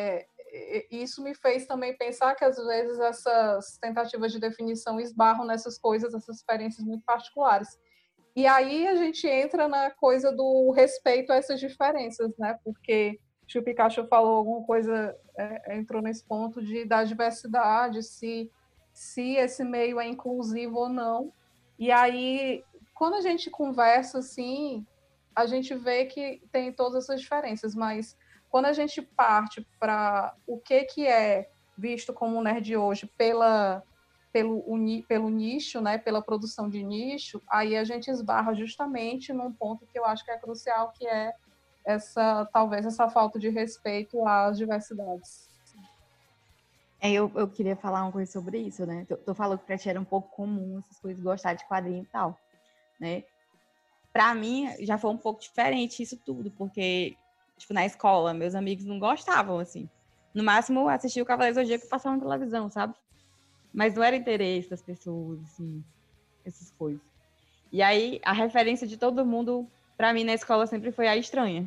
isso me fez também pensar que, às vezes, essas tentativas de definição esbarram nessas coisas, essas experiências muito particulares. E aí a gente entra na coisa do respeito a essas diferenças, né? Porque o Pikachu falou alguma coisa, é, entrou nesse ponto de, da diversidade, se, se esse meio é inclusivo ou não. E aí, quando a gente conversa assim, a gente vê que tem todas essas diferenças, mas quando a gente parte para o que, que é visto como nerd hoje pela, pelo, uni, pelo nicho, né, pela produção de nicho, aí a gente esbarra justamente num ponto que eu acho que é crucial, que é essa, talvez essa falta de respeito às diversidades. É, eu, eu queria falar uma coisa sobre isso, né? Tu, tu falou que pra ti era um pouco comum essas coisas, gostar de quadrinho e tal, né? Pra mim, já foi um pouco diferente isso tudo, porque, tipo, na escola, meus amigos não gostavam, assim. No máximo, assistia o Cavaleiro do Zodíaco que passava na televisão, sabe? Mas não era interesse das pessoas, assim, essas coisas. E aí, a referência de todo mundo, pra mim, na escola, sempre foi a estranha.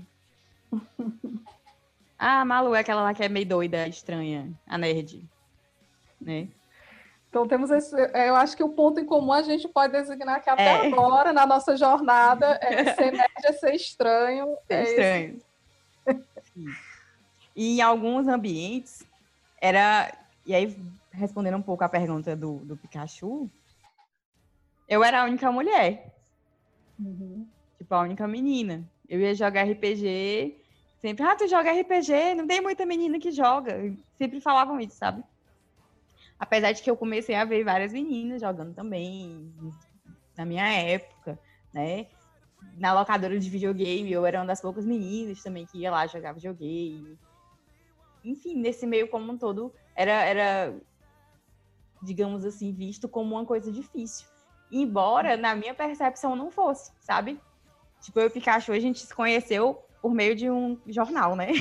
Ah, a Malu é aquela lá que é meio doida, estranha, a nerd, né? Então, temos esse, eu acho que o ponto em comum a gente pode designar que até É. agora, na nossa jornada, é ser nerd é ser estranho. Ser é estranho. Esse... E em alguns ambientes, era... E aí, respondendo um pouco a pergunta do, do Pikachu, eu era a única mulher. Uhum. Tipo, a única menina. Eu ia jogar R P G, sempre, ah, tu joga R P G? Não tem muita menina que joga. Sempre falavam isso, sabe? Apesar de que eu comecei a ver várias meninas jogando também, na minha época, né? Na locadora de videogame, eu era uma das poucas meninas também que ia lá jogar videogame. Enfim, nesse meio como um todo, era, era, digamos assim, visto como uma coisa difícil. Embora, na minha percepção, não fosse, sabe? Tipo, eu e o Pikachu, a gente se conheceu por meio de um jornal, né?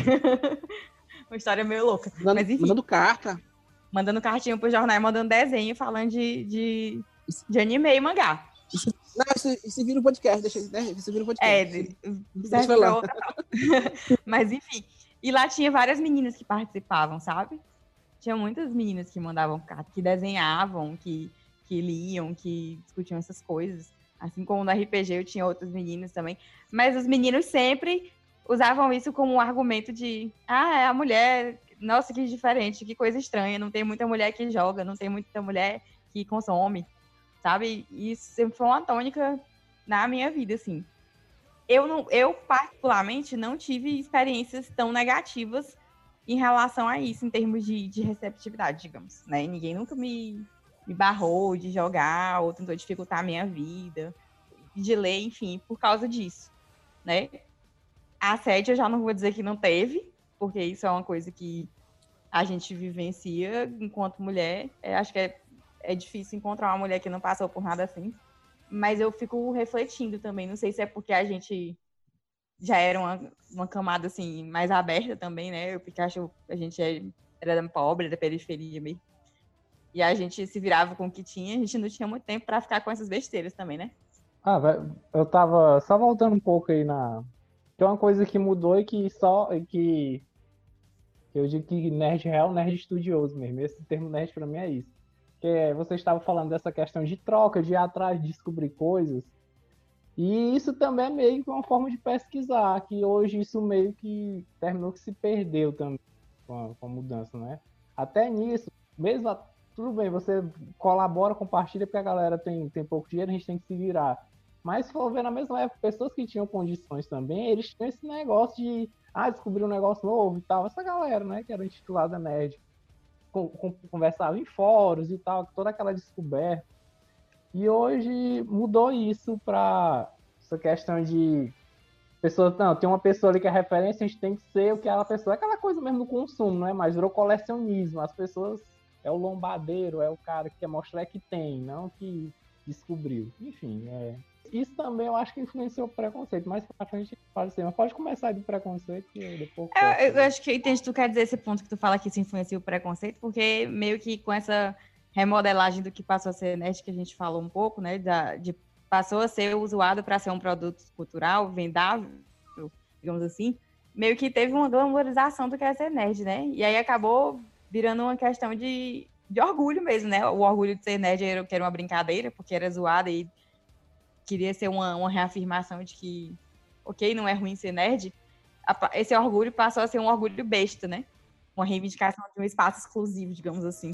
Uma história meio louca. Mandando, Mas, enfim, mandando carta. Mandando cartinha pro jornal e mandando desenho falando de, de, de anime e mangá. Isso, não, isso, isso vira um podcast, deixa, né? Isso vira um podcast. É, deixa, serve deixa pra outra. Mas, enfim. E lá tinha várias meninas que participavam, sabe? Tinha muitas meninas que mandavam carta, que desenhavam, que, que liam, que discutiam essas coisas. Assim como no R P G eu tinha outras meninas também. Mas os meninos sempre usavam isso como um argumento de ah, é a mulher, nossa, que diferente, que coisa estranha, não tem muita mulher que joga, não tem muita mulher que consome, sabe? E isso sempre foi uma tônica na minha vida, assim. Eu, não, eu, particularmente, não tive experiências tão negativas em relação a isso, em termos de, de receptividade, digamos, né? Ninguém nunca me, me barrou de jogar ou tentou dificultar a minha vida, de ler, enfim, por causa disso, né? Assédio eu já não vou dizer que não teve, porque isso é uma coisa que a gente vivencia enquanto mulher. É, acho que é, é difícil encontrar uma mulher que não passou por nada assim. Mas eu fico refletindo também. Não sei se é porque a gente já era uma, uma camada assim, mais aberta também, né? O Pikachu, a gente é, era pobre, da periferia mesmo. E a gente se virava com o que tinha. A gente não tinha muito tempo para ficar com essas besteiras também, né? Ah, eu tava só voltando um pouco aí na... Tem uma coisa que mudou e que só... que eu digo que nerd real, nerd estudioso mesmo. Esse termo nerd pra mim é isso. Que você estava falando dessa questão de troca, de ir atrás, de descobrir coisas. E isso também é meio que uma forma de pesquisar, que hoje isso meio que terminou que se perdeu também com a, com a mudança, né? Até nisso, mesmo... A, tudo bem, você colabora, compartilha, porque a galera tem, tem pouco dinheiro, a gente tem que se virar. Mas se for ver na mesma época, pessoas que tinham condições também, eles tinham esse negócio de ah, descobrir um negócio novo e tal. Essa galera, né, que era intitulada nerd, com, com, conversava em fóruns e tal, toda aquela descoberta. E hoje mudou isso para essa questão de pessoas, não, tem uma pessoa ali que é referência, a gente tem que ser o que aquela pessoa, aquela coisa mesmo do consumo, né? Mas virou colecionismo. As pessoas, é o lombadeiro, é o cara que quer mostrar que tem, não que descobriu. Enfim, é... Isso também eu acho que influenciou o preconceito. Mais pra frente pode ser, mas pode começar do preconceito e depois... Eu, eu acho que eu entendo que tu quer dizer esse ponto que tu fala que isso influencia o preconceito, porque meio que com essa remodelagem do que passou a ser nerd, que a gente falou um pouco, né? Da, de, passou a ser usado para ser um produto cultural, vendável, digamos assim. meio que teve uma glamorização do que é ser nerd, né? E aí acabou virando uma questão de, de orgulho mesmo, né? O orgulho de ser nerd era, que era uma brincadeira, porque era zoada e queria ser uma, uma reafirmação de que, ok, não é ruim ser nerd. Esse orgulho passou a ser um orgulho besta, né? Uma reivindicação de um espaço exclusivo, digamos assim.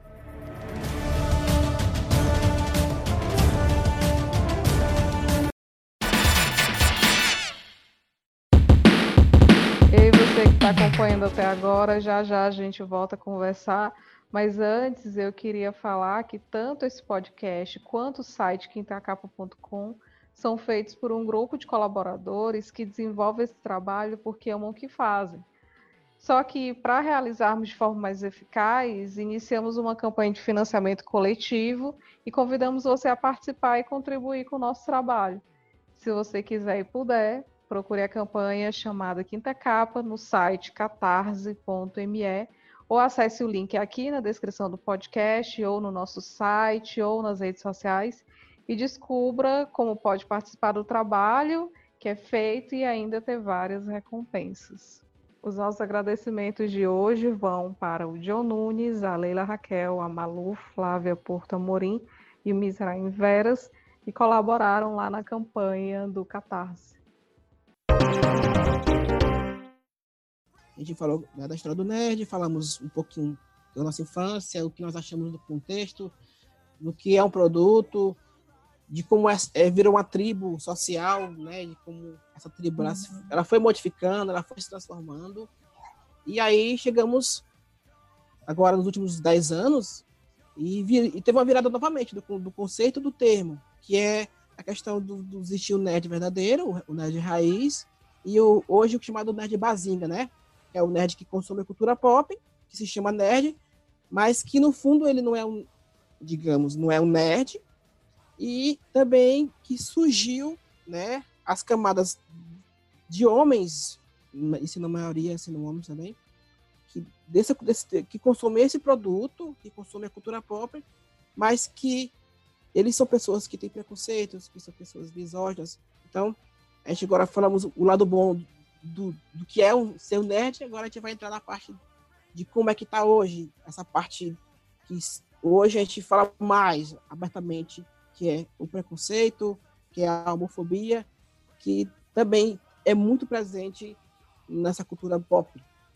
E você que está acompanhando até agora, já já a gente volta a conversar. Mas antes eu queria falar que tanto esse podcast quanto o site quinta capa ponto com são feitos por um grupo de colaboradores que desenvolve esse trabalho porque amam o que fazem. Só que, para realizarmos de forma mais eficaz, iniciamos uma campanha de financiamento coletivo e convidamos você a participar e contribuir com o nosso trabalho. Se você quiser e puder, procure a campanha chamada Quinta Capa no site catarse ponto me ou acesse o link aqui na descrição do podcast, ou no nosso site, ou nas redes sociais, e descubra como pode participar do trabalho que é feito e ainda ter várias recompensas. Os nossos agradecimentos de hoje vão para o John Nunes, a Leila Raquel, a Malu Flávia Porto Amorim e o Misraim Veras, que colaboraram lá na campanha do Catarse. A gente falou, né, da história do nerd, falamos um pouquinho da nossa infância, o que nós achamos do contexto, do que é um produto, de como é, é, virou uma tribo social, né, de como essa tribo ela, Uhum. ela foi modificando, ela foi se transformando. E aí chegamos agora nos últimos dez anos e, vir, e teve uma virada novamente do, do conceito do termo, que é a questão do, do existir o nerd verdadeiro, o nerd raiz, e o, hoje o chamado nerd bazinga, né? É o nerd que consome a cultura pop, que se chama nerd, mas que no fundo ele não é um, digamos, não é um nerd, e também que surgiu, né, as camadas de homens, e se na maioria sendo homens também, que, desse, desse, que consomem esse produto, que consomem a cultura pop, mas que eles são pessoas que têm preconceitos, que são pessoas misóginas. Então, a gente agora falamos o lado bom do, do que é um, ser um nerd, agora a gente vai entrar na parte de como é que está hoje, essa parte que hoje a gente fala mais abertamente, que é o preconceito, que é a homofobia, que também é muito presente nessa cultura pop.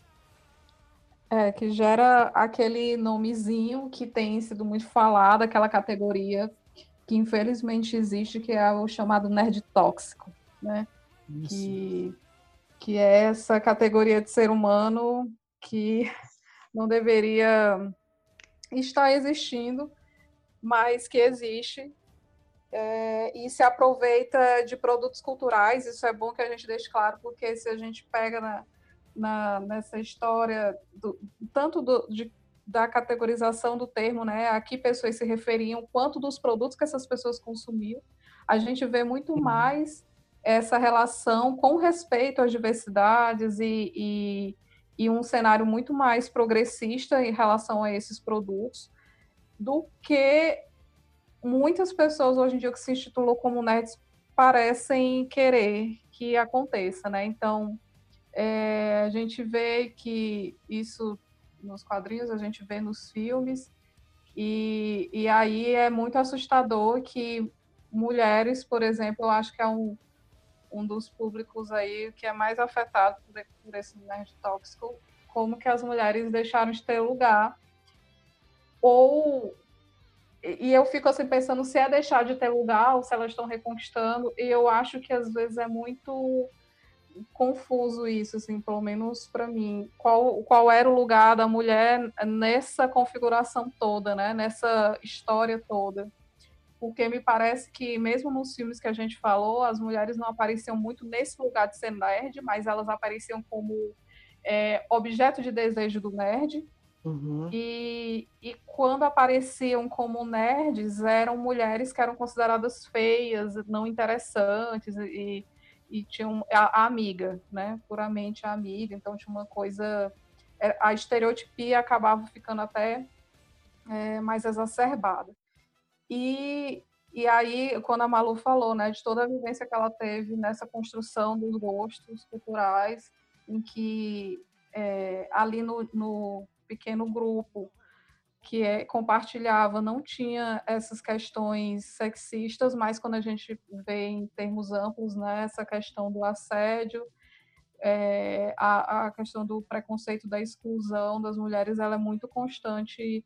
É, que gera aquele nomezinho que tem sido muito falado, aquela categoria que infelizmente existe, que é o chamado nerd tóxico, né? Que, que é essa categoria de ser humano que não deveria estar existindo, mas que existe. É, e se aproveita de produtos culturais. Isso é bom que a gente deixe claro, porque se a gente pega na, na, nessa história, do, tanto do, de, da categorização do termo, né, a que pessoas se referiam, quanto dos produtos que essas pessoas consumiam, a gente vê muito mais essa relação com respeito às diversidades e, e, e um cenário muito mais progressista em relação a esses produtos, do que muitas pessoas hoje em dia que se intitulam como nerds parecem querer que aconteça, né? Então, é, a gente vê que isso nos quadrinhos, a gente vê nos filmes, e, e aí é muito assustador que mulheres, por exemplo, eu acho que é um, um dos públicos aí que é mais afetado por, por esse nerd tóxico, como que as mulheres deixaram de ter lugar, ou... E eu fico assim pensando se é deixar de ter lugar ou se elas estão reconquistando, e eu acho que às vezes é muito confuso isso, assim, pelo menos para mim. Qual, qual era o lugar da mulher nessa configuração toda, né? Nessa história toda? Porque me parece que mesmo nos filmes que a gente falou, as mulheres não apareciam muito nesse lugar de ser nerd, mas elas apareciam como é, objeto de desejo do nerd. Uhum. E, e quando apareciam como nerds, eram mulheres que eram consideradas feias, não interessantes, e, e tinham a, a amiga, né? Puramente a amiga. Então tinha uma coisa... A estereotipia acabava ficando até é, mais exacerbada. E, e aí, quando a Malu falou, né, de toda a vivência que ela teve nessa construção dos gostos culturais, em que é, ali no, no pequeno grupo que é, compartilhava não tinha essas questões sexistas, mas quando a gente vê em termos amplos, né, essa questão do assédio, é, a, a questão do preconceito, da exclusão das mulheres, ela é muito constante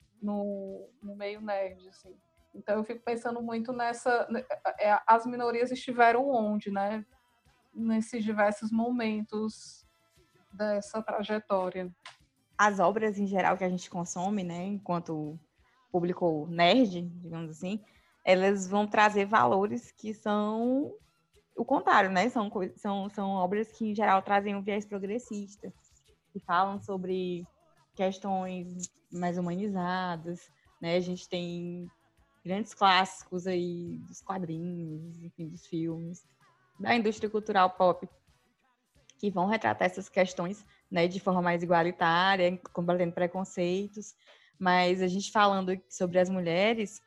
no, no meio nerd, assim. Então eu fico pensando muito nessa, é, as minorias estiveram onde, né, nesses diversos momentos dessa trajetória. As obras em geral que a gente consome, né, enquanto público nerd, digamos assim, elas vão trazer valores que são o contrário, né? São, são, são obras que, em geral, trazem um viés progressista, que falam sobre questões mais humanizadas, né? A gente tem grandes clássicos aí dos quadrinhos, enfim, dos filmes, da indústria cultural pop, que vão retratar essas questões, né, de forma mais igualitária, combatendo preconceitos. Mas a gente falando sobre as mulheres,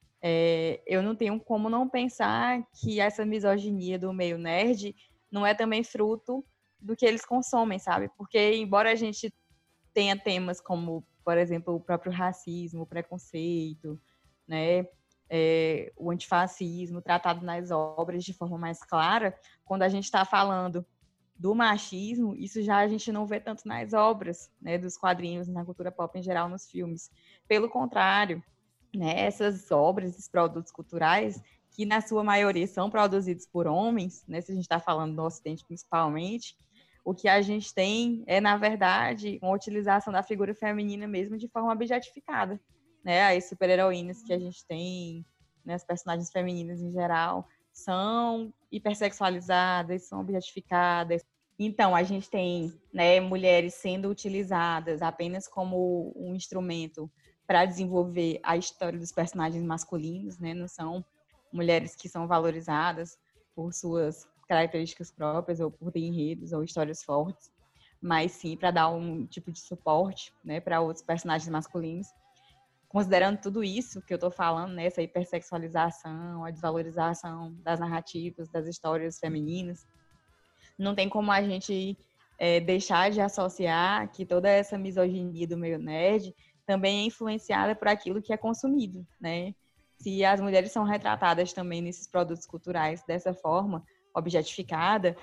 é, eu não tenho como não pensar que essa misoginia do meio nerd não é também fruto do que eles consomem, sabe? Porque, embora a gente tenha temas como, por exemplo, o próprio racismo, o preconceito, né, é, o antifascismo tratado nas obras de forma mais clara, quando a gente está falando do machismo, isso já a gente não vê tanto nas obras, né, dos quadrinhos, na cultura pop em geral, nos filmes. Pelo contrário, né, essas obras, esses produtos culturais, que na sua maioria são produzidos por homens, né, se a gente está falando do Ocidente principalmente, o que a gente tem é, na verdade, uma utilização da figura feminina mesmo de forma objetificada, né, as super-heroínas que a gente tem, né, as personagens femininas em geral, são hipersexualizadas, são objetificadas. Então, a gente tem, né, mulheres sendo utilizadas apenas como um instrumento para desenvolver a história dos personagens masculinos, né? Não são mulheres que são valorizadas por suas características próprias ou por ter enredos ou histórias fortes, mas sim para dar um tipo de suporte, né, para outros personagens masculinos. Considerando tudo isso que eu estou falando, né, essa hipersexualização, a desvalorização das narrativas, das histórias femininas, não tem como a gente é, deixar de associar que toda essa misoginia do meio nerd também é influenciada por aquilo que é consumido, né? Se as mulheres são retratadas também nesses produtos culturais dessa forma, objetificada,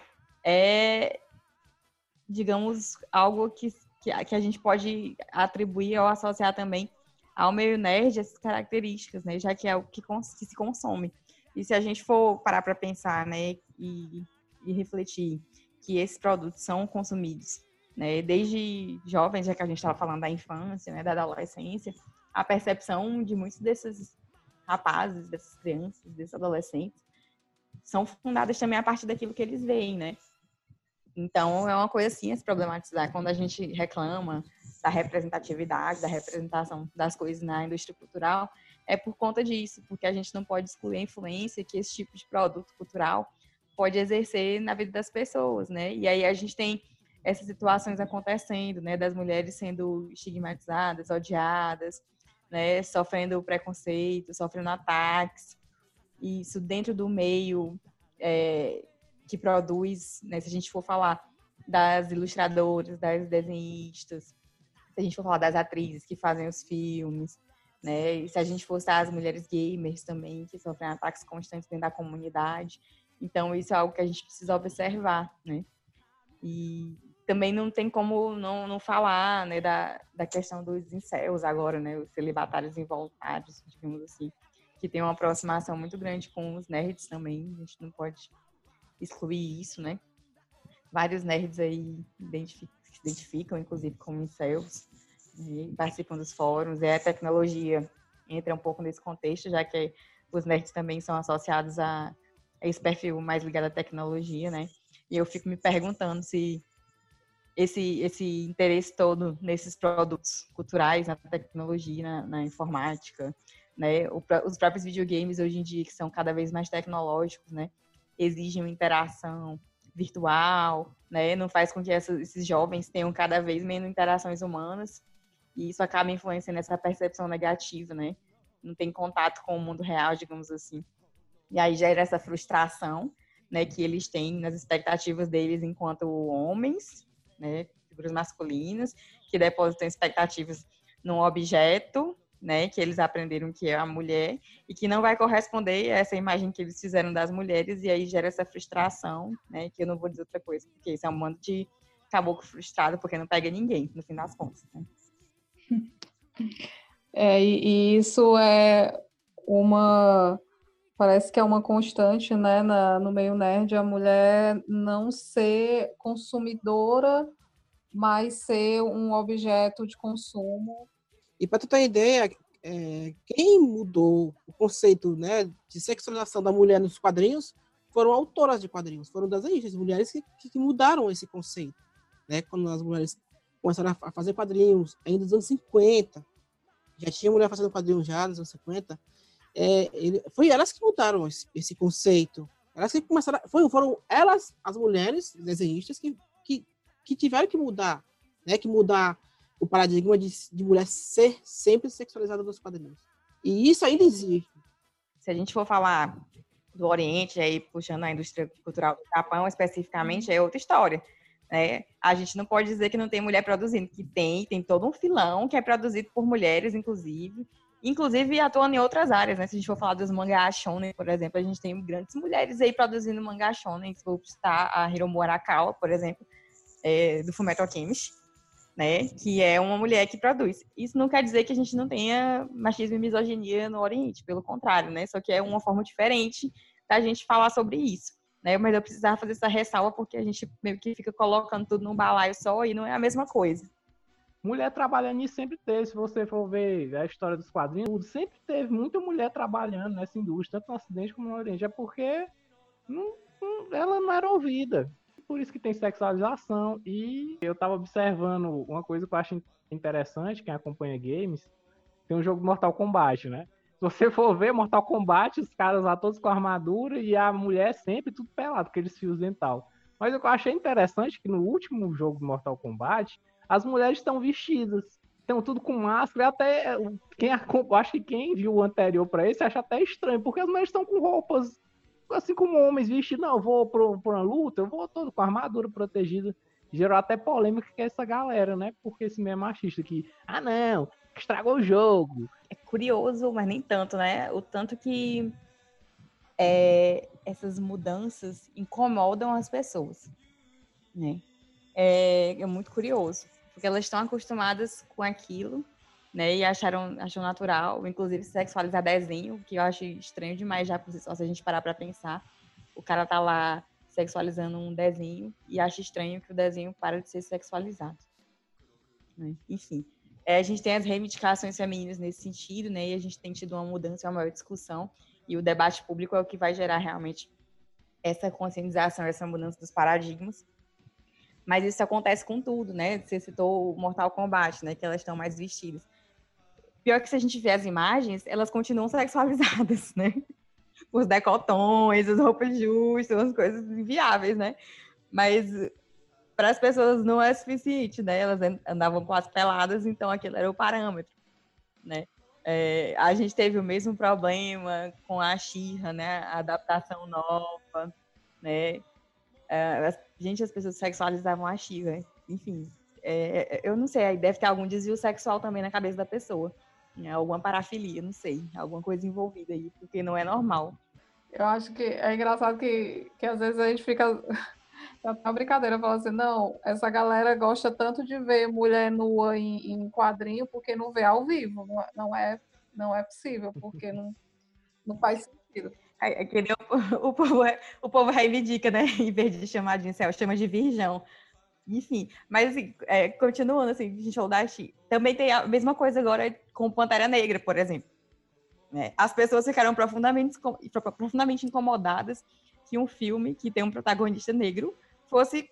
é, digamos, algo que, que, que a gente pode atribuir ou associar também ao meio nerd essas características, né? Já que é o que, cons- que se consome. E se a gente for parar para pensar, né, e, e refletir que esses produtos são consumidos, né, desde jovens, já que a gente estava falando da infância, né, da adolescência, a percepção de muitos desses rapazes, dessas crianças, desses adolescentes, são fundadas também a partir daquilo que eles veem, né? Então, é uma coisa assim a se problematizar. Quando a gente reclama da representatividade, da representação das coisas na indústria cultural, é por conta disso, porque a gente não pode excluir a influência que esse tipo de produto cultural pode exercer na vida das pessoas, né? E aí a gente tem essas situações acontecendo, né, das mulheres sendo estigmatizadas, odiadas, né, sofrendo preconceito, sofrendo ataques, e isso dentro do meio é, que produz, né, se a gente for falar das ilustradoras, das desenhistas, se a gente for falar das atrizes que fazem os filmes, né, e se a gente for citar as mulheres gamers também, que sofrem ataques constantes dentro da comunidade. Então, isso é algo que a gente precisa observar, né? E também não tem como não, não falar, né, da, da questão dos incels agora, né, os celibatários involuntários, digamos assim, que tem uma aproximação muito grande com os nerds também, a gente não pode excluir isso, né? Vários nerds aí identificam, se identificam, inclusive, como incels, né, participam dos fóruns, e a tecnologia entra um pouco nesse contexto, já que os nerds também são associados a, a esse perfil mais ligado à tecnologia, né? E eu fico me perguntando se esse, esse interesse todo nesses produtos culturais, na tecnologia, na, na informática, né? O, os próprios videogames hoje em dia, que são cada vez mais tecnológicos, né? Exigem interação virtual, né? Não faz com que essas, esses jovens tenham cada vez menos interações humanas, e isso acaba influenciando essa percepção negativa, né? Não tem contato com o mundo real, digamos assim. E aí gera essa frustração, né, que eles têm nas expectativas deles enquanto homens, né? Figuras masculinas que depositam expectativas num objeto, né? Que eles aprenderam que é a mulher e que não vai corresponder a essa imagem que eles fizeram das mulheres, e aí gera essa frustração, né? Que eu não vou dizer outra coisa, porque isso é um bando de caboclo frustrado porque não pega ninguém, no fim das contas, né? É, e, e isso é uma... Parece que é uma constante, né, na, no meio nerd, a mulher não ser consumidora, mas ser um objeto de consumo. E para tu ter ideia, é, quem mudou o conceito, né, de sexualização da mulher nos quadrinhos foram autoras de quadrinhos, foram desenhistas, mulheres que, que mudaram esse conceito. Né, quando as mulheres começaram a fazer quadrinhos, ainda nos anos cinquenta, já tinha mulher fazendo quadrinhos já nos anos cinquenta, É, ele, foi elas que mudaram esse, esse conceito. Elas que começaram, foi, foram elas, as mulheres desenhistas, que, que, que tiveram que mudar, né? Que mudar o paradigma de, de mulher ser sempre sexualizada nos quadrinhos. E isso ainda existe. Se a gente for falar do Oriente, aí puxando a indústria cultural do Japão especificamente, é outra história. Né? A gente não pode dizer que não tem mulher produzindo, que tem, tem todo um filão que é produzido por mulheres, inclusive. Inclusive atuando em outras áreas, né? Se a gente for falar dos mangá shonen, por exemplo, a gente tem grandes mulheres aí produzindo mangá shonen. Se for citar a Hiromu Arakawa, por exemplo, é, do Fullmetal Alchemist, né? Que é uma mulher que produz. Isso não quer dizer que a gente não tenha machismo e misoginia no Oriente, pelo contrário, né? Só que é uma forma diferente da gente falar sobre isso, né? Mas eu precisava fazer essa ressalva porque a gente meio que fica colocando tudo num balaio só e não é a mesma coisa. Mulher trabalhando nisso sempre teve, se você for ver a história dos quadrinhos, sempre teve muita mulher trabalhando nessa indústria, tanto no Ocidente como no Oriente, é porque não, não, ela não era ouvida. Por isso que tem sexualização. E eu tava observando uma coisa que eu acho interessante, quem acompanha games, tem um jogo de Mortal Kombat, né? Se você for ver Mortal Kombat, os caras lá todos com armadura e a mulher sempre tudo pelado, aqueles fios dental. Mas o que eu achei interessante é que no último jogo de Mortal Kombat, as mulheres estão vestidas, estão tudo com máscara, até quem, eu acho que quem viu o anterior para esse acha até estranho, porque as mulheres estão com roupas, assim como homens vestidos. Não, eu vou para uma luta, eu vou todo com armadura protegida. Gerou até polêmica com essa galera, né? Porque esse meio é machista que, ah não, estragou o jogo. É curioso, mas nem tanto, né? O tanto que é, essas mudanças incomodam as pessoas, né? É, é muito curioso, porque elas estão acostumadas com aquilo, né, e acharam, acham natural, inclusive sexualizar desenho, que eu acho estranho demais já por si só, se a gente parar para pensar. O cara tá lá sexualizando um desenho e acha estranho que o desenho para de ser sexualizado. Né? Enfim, é, a gente tem as reivindicações femininas nesse sentido, né, e a gente tem tido uma mudança, uma maior discussão, e o debate público é o que vai gerar realmente essa conscientização, essa mudança dos paradigmas. Mas isso acontece com tudo, né? Você citou o Mortal Kombat, né? Que elas estão mais vestidas. Pior que se a gente ver as imagens, elas continuam sexualizadas, né? Os decotões, as roupas justas, as coisas inviáveis, né? Mas para as pessoas não é suficiente, né? Elas andavam quase peladas, então aquilo era o parâmetro, né? É, a gente teve o mesmo problema com a She-Ra, né? A adaptação nova, né? É, gente, as pessoas sexualizavam a She-Ra. Enfim, é, eu não sei, deve ter algum desvio sexual também na cabeça da pessoa. Né? Alguma parafilia, não sei. Alguma coisa envolvida aí, porque não é normal. Eu acho que é engraçado que, que às vezes a gente fica... É uma brincadeira, fala assim, não, essa galera gosta tanto de ver mulher nua em, em quadrinho porque não vê ao vivo. Não, não, é, não é possível, porque não, não faz sentido. É, é que o, o, povo, o povo reivindica, né? Em vez de chamar de incel, chama de virgão. Enfim, mas assim, é, continuando assim, de show da She, também tem a mesma coisa agora com Pantera Negra, por exemplo. É, as pessoas ficaram profundamente, profundamente incomodadas que um filme que tem um protagonista negro fosse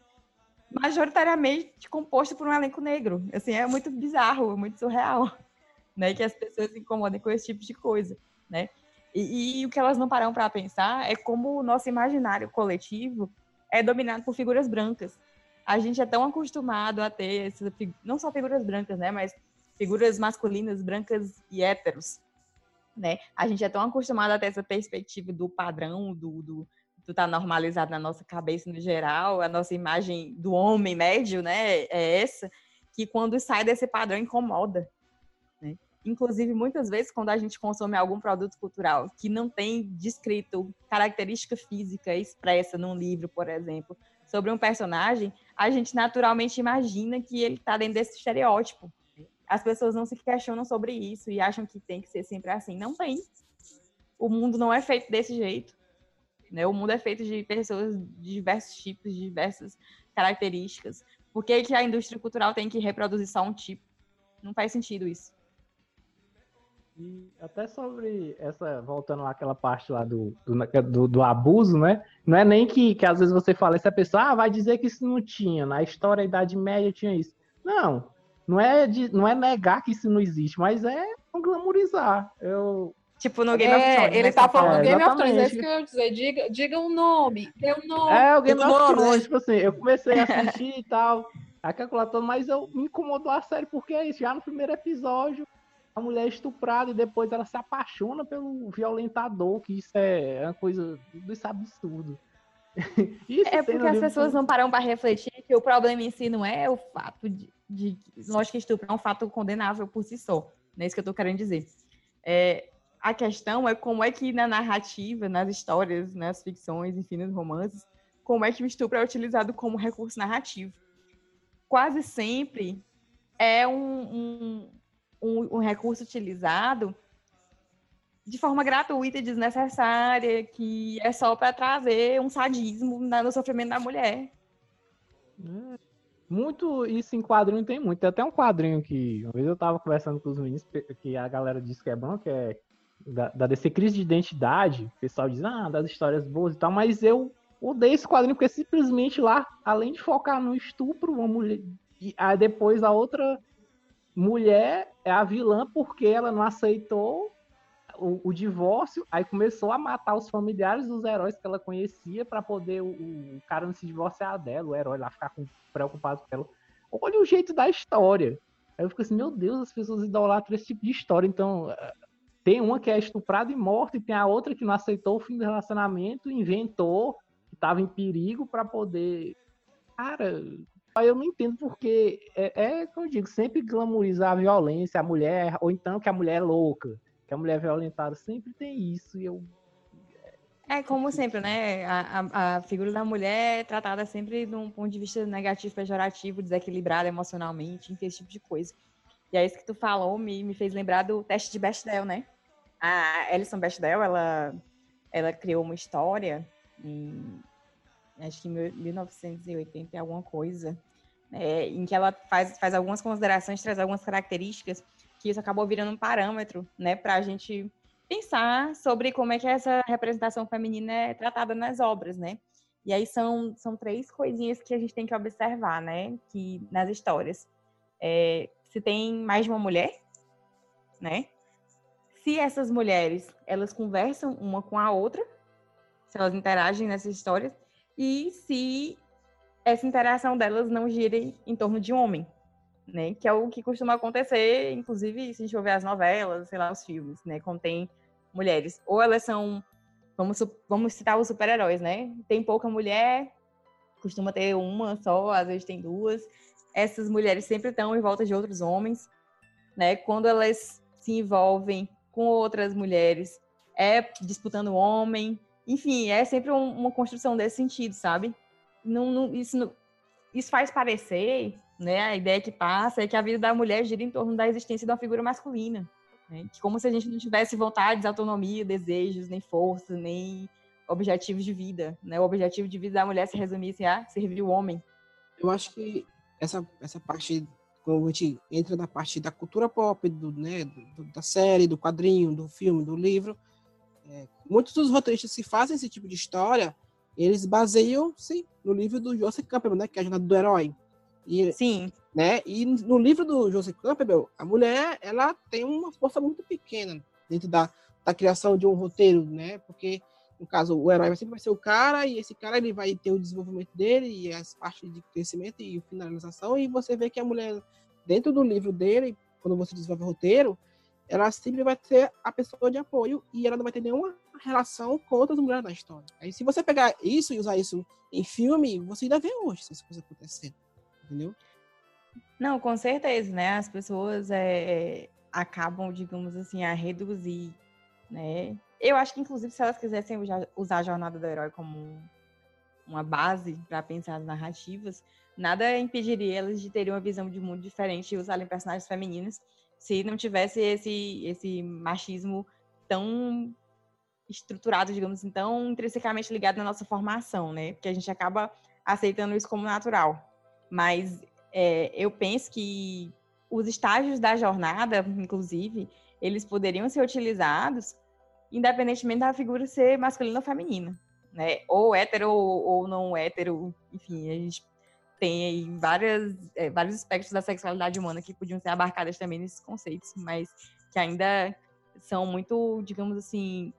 majoritariamente composto por um elenco negro. Assim, é muito bizarro, muito surreal, né? Que as pessoas se incomodem com esse tipo de coisa, né? E, e o que elas não param para pensar é como o nosso imaginário coletivo é dominado por figuras brancas. A gente é tão acostumado a ter essas, não só figuras brancas, né? Mas figuras masculinas, brancas e héteros, né? A gente é tão acostumado a ter essa perspectiva do padrão, do, do tu tá normalizado na nossa cabeça no geral, a nossa imagem do homem médio, né, é essa, que quando sai desse padrão incomoda, né? Inclusive, muitas vezes, quando a gente consome algum produto cultural que não tem descrito característica física expressa num livro, por exemplo, sobre um personagem, a gente naturalmente imagina que ele tá dentro desse estereótipo. As pessoas não se questionam sobre isso e acham que tem que ser sempre assim. Não tem. O mundo não é feito desse jeito. Né? O mundo é feito de pessoas de diversos tipos, de diversas características. Por que que a indústria cultural tem que reproduzir só um tipo? Não faz sentido isso. E até sobre essa, voltando àquela parte lá do, do, do, do abuso, né? Não é nem que, que às vezes você fala, essa pessoa ah, vai dizer que isso não tinha, na história da Idade Média tinha isso. Não, não é, de, não é negar que isso não existe, mas é glamorizar. Eu... Tipo no Game é, of Thrones. Ele né, tá falando é, do Game of Thrones, é exatamente. isso que eu ia dizer. Diga, diga um nome, dê um nome. É, o Game of nome, Thrones, né? tipo assim, eu comecei a assistir e tal, a calculadora, mas eu me incomodou a série, porque é isso, já no primeiro episódio, a mulher é estuprada e depois ela se apaixona pelo violentador, que isso é uma coisa, isso é absurdo. Isso É tem porque no as livro pessoas tudo. não param para refletir que o problema em si não é o fato de, de... Lógico que estupro é um fato condenável por si só. Não é isso que eu tô querendo dizer. É, a questão é como é que na narrativa, nas histórias, nas ficções, enfim, nos romances, como é que o estupro é utilizado como recurso narrativo. Quase sempre é um, um, um, um recurso utilizado de forma gratuita e desnecessária, que é só para trazer um sadismo no sofrimento da mulher. Muito isso em quadrinho tem muito. Tem até um quadrinho que uma vez eu tava conversando com os meninos, que a galera disse que é bom, que é da, da D C Crise de Identidade. O pessoal diz, ah, das histórias boas e tal, mas eu odeio esse quadrinho, porque simplesmente lá, além de focar no estupro, uma mulher. E aí depois a outra mulher é a vilã porque ela não aceitou o, o divórcio, aí começou a matar os familiares dos heróis que ela conhecia para poder o, o cara não se divorciar dela, o herói lá ficar com, preocupado com ela. Olha o jeito da história. Aí eu fico assim, meu Deus, as pessoas idolatram esse tipo de história. Então, tem uma que é estuprada e morta, e tem a outra que não aceitou o fim do relacionamento, inventou que estava em perigo para poder... Cara, eu não entendo porque é, é, como eu digo, sempre glamorizar a violência, a mulher, ou então que a mulher é louca, que a mulher é violentada, sempre tem isso, e eu... É como sempre, né? A, a, a figura da mulher é tratada sempre de um ponto de vista negativo, pejorativo, desequilibrada emocionalmente, esse tipo de coisa. E é isso que tu falou, me, me fez lembrar do teste de Bechdel, né? A Alison Bechdel, ela, ela criou uma história em, acho que em mil novecentos e oitenta e alguma coisa, né, em que ela faz, faz algumas considerações, traz algumas características, que isso acabou virando um parâmetro, né, para a gente pensar sobre como é que essa representação feminina é tratada nas obras, né? E aí são, são três coisinhas que a gente tem que observar, né, que nas histórias. É, se tem mais de uma mulher, né? Se essas mulheres, elas conversam uma com a outra, se elas interagem nessas histórias, e se essa interação delas não gira em torno de um homem, né? Que é o que costuma acontecer, inclusive, se a gente for ver as novelas, sei lá, os filmes, né? Quando tem mulheres. Ou elas são, vamos, vamos citar os super-heróis, né? Tem pouca mulher, costuma ter uma só, às vezes tem duas. Essas mulheres sempre estão em volta de outros homens, né? Quando elas se envolvem com outras mulheres, é disputando o homem. Enfim, é sempre um, uma construção desse sentido, sabe? Não, não, isso, não, isso faz parecer, né? A ideia que passa é que a vida da mulher gira em torno da existência de uma figura masculina. Né? Que como se a gente não tivesse vontades, autonomia, desejos, nem força, nem objetivos de vida. Né? O objetivo de vida da mulher se resumisse a servir o homem. Eu acho que essa, essa parte, quando a gente entra na parte da cultura pop, do, né, do, da série, do quadrinho, do filme, do livro, é, muitos dos roteiristas que fazem esse tipo de história, eles baseiam-se no livro do Joseph Campbell, né, que é a Jornada do Herói. E, Sim. Né, e no livro do Joseph Campbell, a mulher ela tem uma força muito pequena dentro da, da criação de um roteiro, né, porque no caso, o herói sempre vai ser o cara, e esse cara ele vai ter o desenvolvimento dele, e as partes de crescimento e finalização, e você vê que a mulher, dentro do livro dele, quando você desenvolve o roteiro, ela sempre vai ser a pessoa de apoio e ela não vai ter nenhuma relação com outras mulheres na história. Aí, se você pegar isso e usar isso em filme, você ainda vê hoje essas coisas acontecendo, entendeu? Não, com certeza, né? As pessoas é, acabam, digamos assim, a reduzir, né? Eu acho que, inclusive, se elas quisessem usar a jornada do herói como uma base para pensar as narrativas, nada impediria elas de terem uma visão de mundo diferente e usarem personagens femininos se não tivesse esse, esse machismo tão estruturado, digamos assim, tão intrinsecamente ligado na nossa formação, né? Porque a gente acaba aceitando isso como natural. Mas é, eu penso que os estágios da jornada, inclusive, eles poderiam ser utilizados independentemente da figura ser masculina ou feminina, né? Ou hétero ou, ou não hétero, enfim, a gente tem aí várias, é, vários aspectos da sexualidade humana que podiam ser abarcados também nesses conceitos, mas que ainda são muito, digamos assim,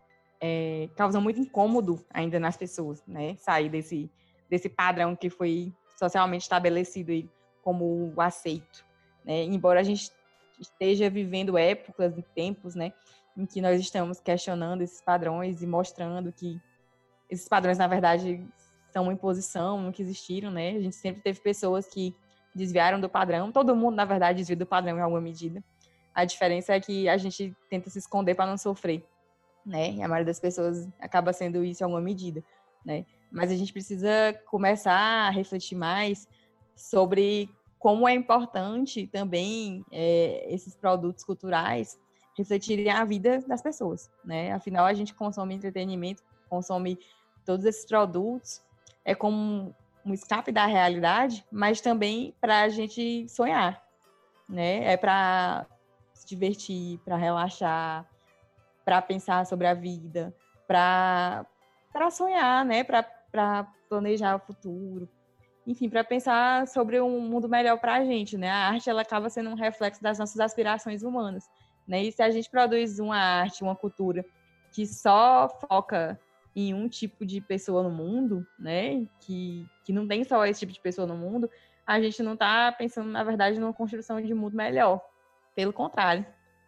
é, causam muito incômodo ainda nas pessoas, né? Sair desse, desse padrão que foi socialmente estabelecido aí como o aceito, né? Embora a gente esteja vivendo épocas e tempos, né, em que nós estamos questionando esses padrões e mostrando que esses padrões, na verdade, são uma imposição, nunca existiram, né? A gente sempre teve pessoas que desviaram do padrão. Todo mundo, na verdade, desvia do padrão em alguma medida. A diferença é que a gente tenta se esconder para não sofrer, né? E a maioria das pessoas acaba sendo isso em alguma medida, né? Mas a gente precisa começar a refletir mais sobre como é importante também é, esses produtos culturais refletirem a vida das pessoas, né? Afinal, a gente consome entretenimento, consome todos esses produtos, é como um escape da realidade, mas também para a gente sonhar, né? É para se divertir, para relaxar, para pensar sobre a vida, para para sonhar, né? Para planejar o futuro, enfim, para pensar sobre um mundo melhor para a gente, né? A arte, ela acaba sendo um reflexo das nossas aspirações humanas, né? E se a gente produz uma arte, uma cultura que só foca em um tipo de pessoa no mundo, né? Que, que não tem só esse tipo de pessoa no mundo, a gente não está pensando, na verdade, numa construção de um mundo melhor. Pelo contrário.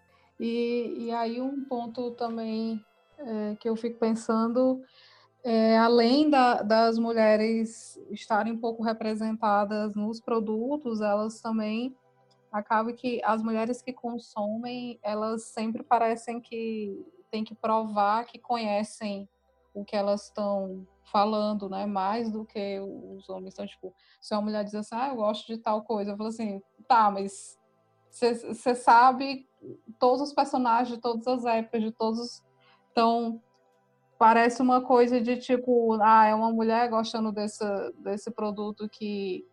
E, e aí um ponto também é, que eu fico pensando, é, além da, das mulheres estarem um pouco representadas nos produtos, elas também acabam que as mulheres que consomem, elas sempre parecem que têm que provar que conhecem o que elas estão falando, né? Mais do que os homens. Então, tipo, se uma mulher diz assim, ah, eu gosto de tal coisa, eu falo assim, tá, mas você sabe todos os personagens de todas as épocas, de todos. Então, parece uma coisa de tipo, ah, é uma mulher gostando desse, desse produto que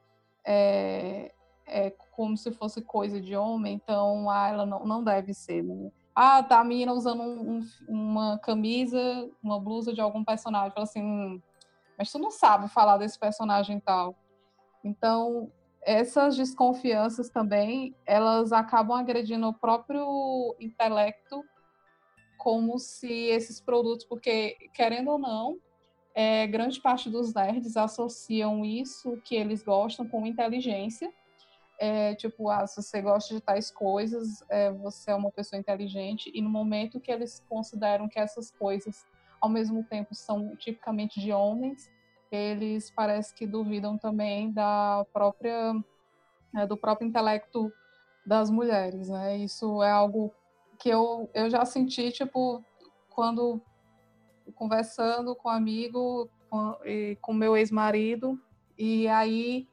é, é como se fosse coisa de homem, então ah, ela não, não deve ser. Né? Ah, tá a menina usando um, um, uma camisa, uma blusa de algum personagem. Fala assim, hum, mas tu não sabe falar desse personagem e tal. Então, essas desconfianças também, elas acabam agredindo o próprio intelecto, como se esses produtos, porque, querendo ou não, é, grande parte dos nerds associam isso que eles gostam com inteligência. É, tipo, ah, se você gosta de tais coisas, é, você é uma pessoa inteligente, e no momento que eles consideram que essas coisas, ao mesmo tempo, são tipicamente de homens, eles parece que duvidam também da própria, é, do próprio intelecto das mulheres, né? Isso é algo que eu, eu já senti, tipo, quando conversando com um amigo, com, e, com meu ex-marido, e aí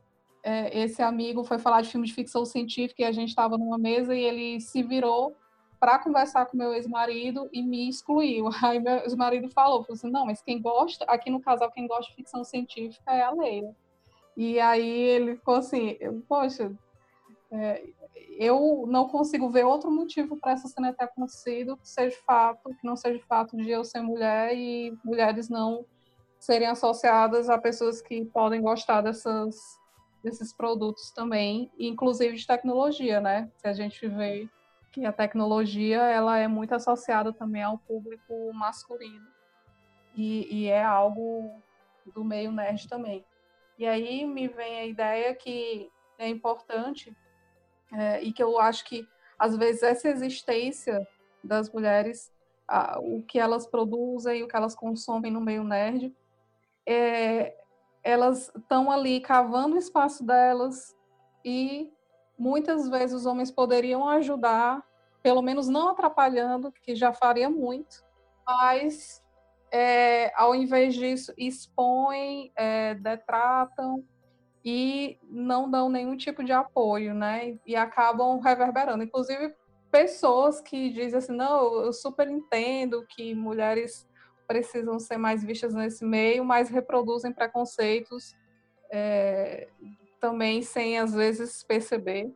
é, esse amigo foi falar de filme de ficção científica e a gente estava numa mesa e ele se virou para conversar com meu ex-marido e me excluiu. Aí meu ex-marido falou, falou assim, não, mas quem gosta, aqui no casal, quem gosta de ficção científica é a Leila. E aí ele ficou assim, poxa, é, eu não consigo ver outro motivo para essa cena ter acontecido que seja fato, que não seja fato de eu ser mulher e mulheres não serem associadas a pessoas que podem gostar dessas, desses produtos também, inclusive de tecnologia, né? Se a gente vê que a tecnologia ela é muito associada também ao público masculino e, e é algo do meio nerd também. E aí me vem a ideia que é importante é, e que eu acho que às vezes, essa existência das mulheres, a, o que elas produzem, o que elas consomem no meio nerd, é, elas estão ali cavando o espaço delas e muitas vezes os homens poderiam ajudar, pelo menos não atrapalhando, que já faria muito, mas é, ao invés disso expõem, é, detratam e não dão nenhum tipo de apoio, né? E acabam reverberando. Inclusive, pessoas que dizem assim, não, eu super entendo que mulheres precisam ser mais vistas nesse meio, mas reproduzem preconceitos é, também sem, às vezes, perceber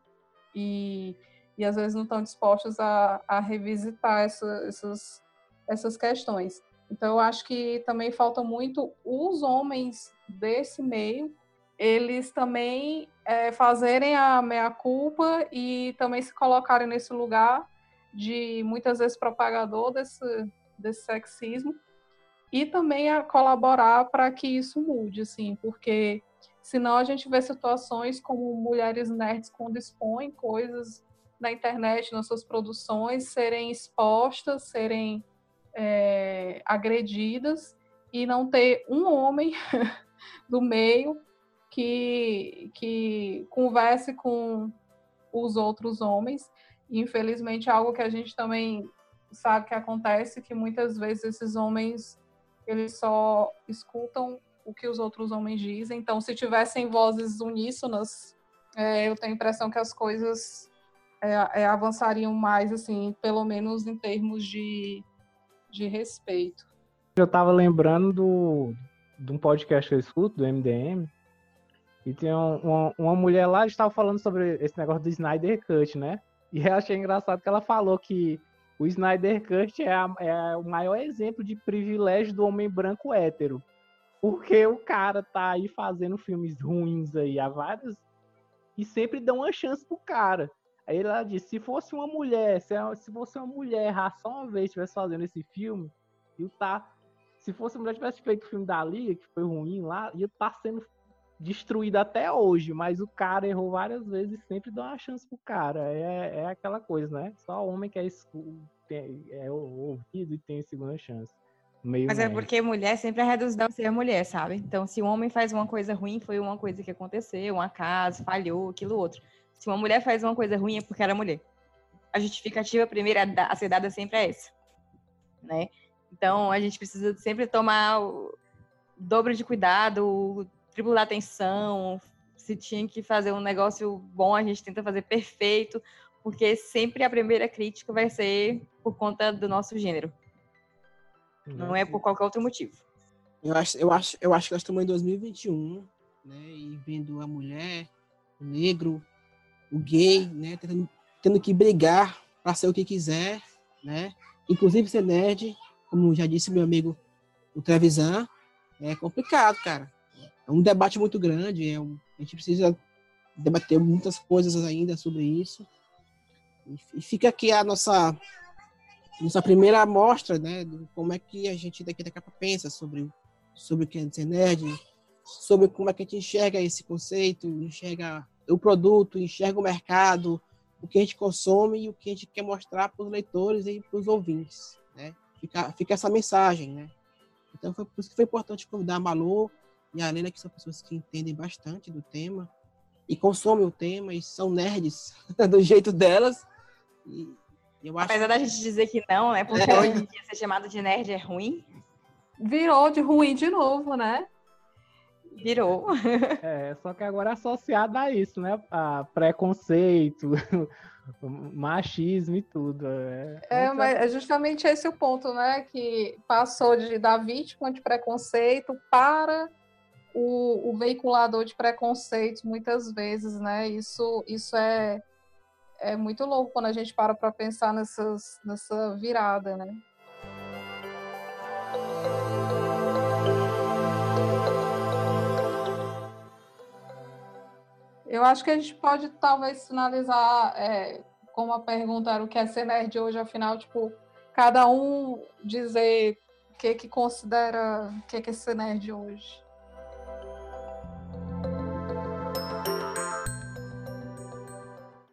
e, e às vezes, não estão dispostos a, a revisitar essa, essas, essas questões. Então, eu acho que também falta muito os homens desse meio, eles também é, fazerem a meia-culpa e também se colocarem nesse lugar de, muitas vezes, propagador desse, desse sexismo, e também a colaborar para que isso mude, assim, porque senão a gente vê situações como mulheres nerds, quando expõem coisas na internet, nas suas produções, serem expostas, serem é, agredidas, e não ter um homem do meio que, que converse com os outros homens. E, infelizmente, é algo que a gente também sabe que acontece, que muitas vezes esses homens eles só escutam o que os outros homens dizem. Então, se tivessem vozes uníssonas, é, eu tenho a impressão que as coisas é, é, avançariam mais, assim, pelo menos em termos de, de respeito. Eu tava lembrando do, de um podcast que eu escuto, do M D M, e tem uma, uma mulher lá que estava falando sobre esse negócio do Snyder Cut, né? E eu achei engraçado que ela falou que o Snyder Cut é, a, é o maior exemplo de privilégio do homem branco hétero. Porque o cara tá aí fazendo filmes ruins aí há vários e sempre dão uma chance pro cara. Aí ela disse, se fosse uma mulher, se, se fosse uma mulher errar só uma vez estivesse fazendo esse filme, eu tá, se fosse uma mulher tivesse feito o filme da Liga, que foi ruim lá, ia estar tá sendo destruído até hoje, mas o cara errou várias vezes e sempre dá uma chance pro cara. É, é aquela coisa, né? Só o homem que é, tem, é ouvido e tem a segunda chance. Meio Mas nerd. é porque mulher sempre é reduzida a ser mulher, sabe? Então, se um homem faz uma coisa ruim, foi uma coisa que aconteceu, um acaso, falhou, aquilo outro. Se uma mulher faz uma coisa ruim, é porque era mulher. A justificativa primeira a ser dada sempre é essa, né? Então, a gente precisa sempre tomar o dobro de cuidado, o triplo da atenção. Se tinha que fazer um negócio bom, a gente tenta fazer perfeito, porque sempre a primeira crítica vai ser por conta do nosso gênero. Não é por qualquer outro motivo. Eu acho, eu acho, eu acho que nós estamos em dois mil e vinte e um, né? E vendo a mulher, o negro, o gay, né? Tendo, tendo que brigar para ser o que quiser, né? Inclusive ser nerd, como já disse meu amigo o Trevisan, é complicado, cara. É um debate muito grande, é um, a gente precisa debater muitas coisas ainda sobre isso. E, e fica aqui a nossa nossa primeira amostra, né, de como é que a gente daqui da capa pensa sobre, sobre o que é ser nerd, sobre como é que a gente enxerga esse conceito, enxerga o produto, enxerga o mercado, o que a gente consome e o que a gente quer mostrar para os leitores e para os ouvintes, né? Fica, fica essa mensagem, né? Então, foi por isso que foi importante convidar a Malu e a Helena, que são pessoas que entendem bastante do tema e consomem o tema e são nerds do jeito delas. E eu acho Apesar que... da gente dizer que não, né? Porque É. hoje em dia ser chamado de nerd é ruim. Virou de ruim de novo, né? Virou. É, só que agora é associado a isso, né? A preconceito, machismo e tudo. É, É, mas é justamente esse o ponto, né? Que passou de da vítima de preconceito para o, o veiculador de preconceitos, muitas vezes, né? Isso, isso é, é muito louco quando a gente para para pensar nessas, nessa virada, né? Eu acho que a gente pode talvez finalizar é, com uma pergunta, era o que é ser nerd hoje, afinal, tipo, cada um dizer o que que considera, o que que é ser nerd hoje.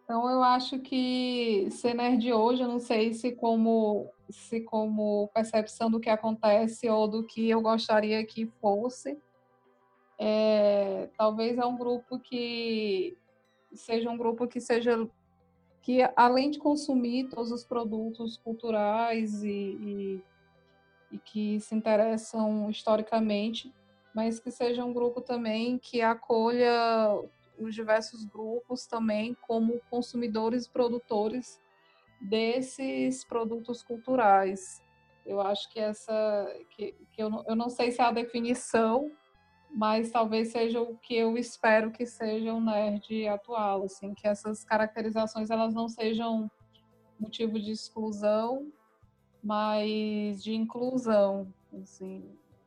Então, eu acho que ser nerd hoje, eu não sei se como, se como percepção do que acontece ou do que eu gostaria que fosse, é, talvez é um grupo que seja um grupo que seja que, além de consumir todos os produtos culturais e, e, e que se interessam historicamente, mas que seja um grupo também que acolha os diversos grupos também como consumidores e produtores desses produtos culturais. Eu acho que essa, que, que eu, não, eu não sei se é a definição, mas talvez seja o que eu espero que seja o nerd atual, assim, que essas caracterizações elas não sejam motivo de exclusão, mas de inclusão, assim,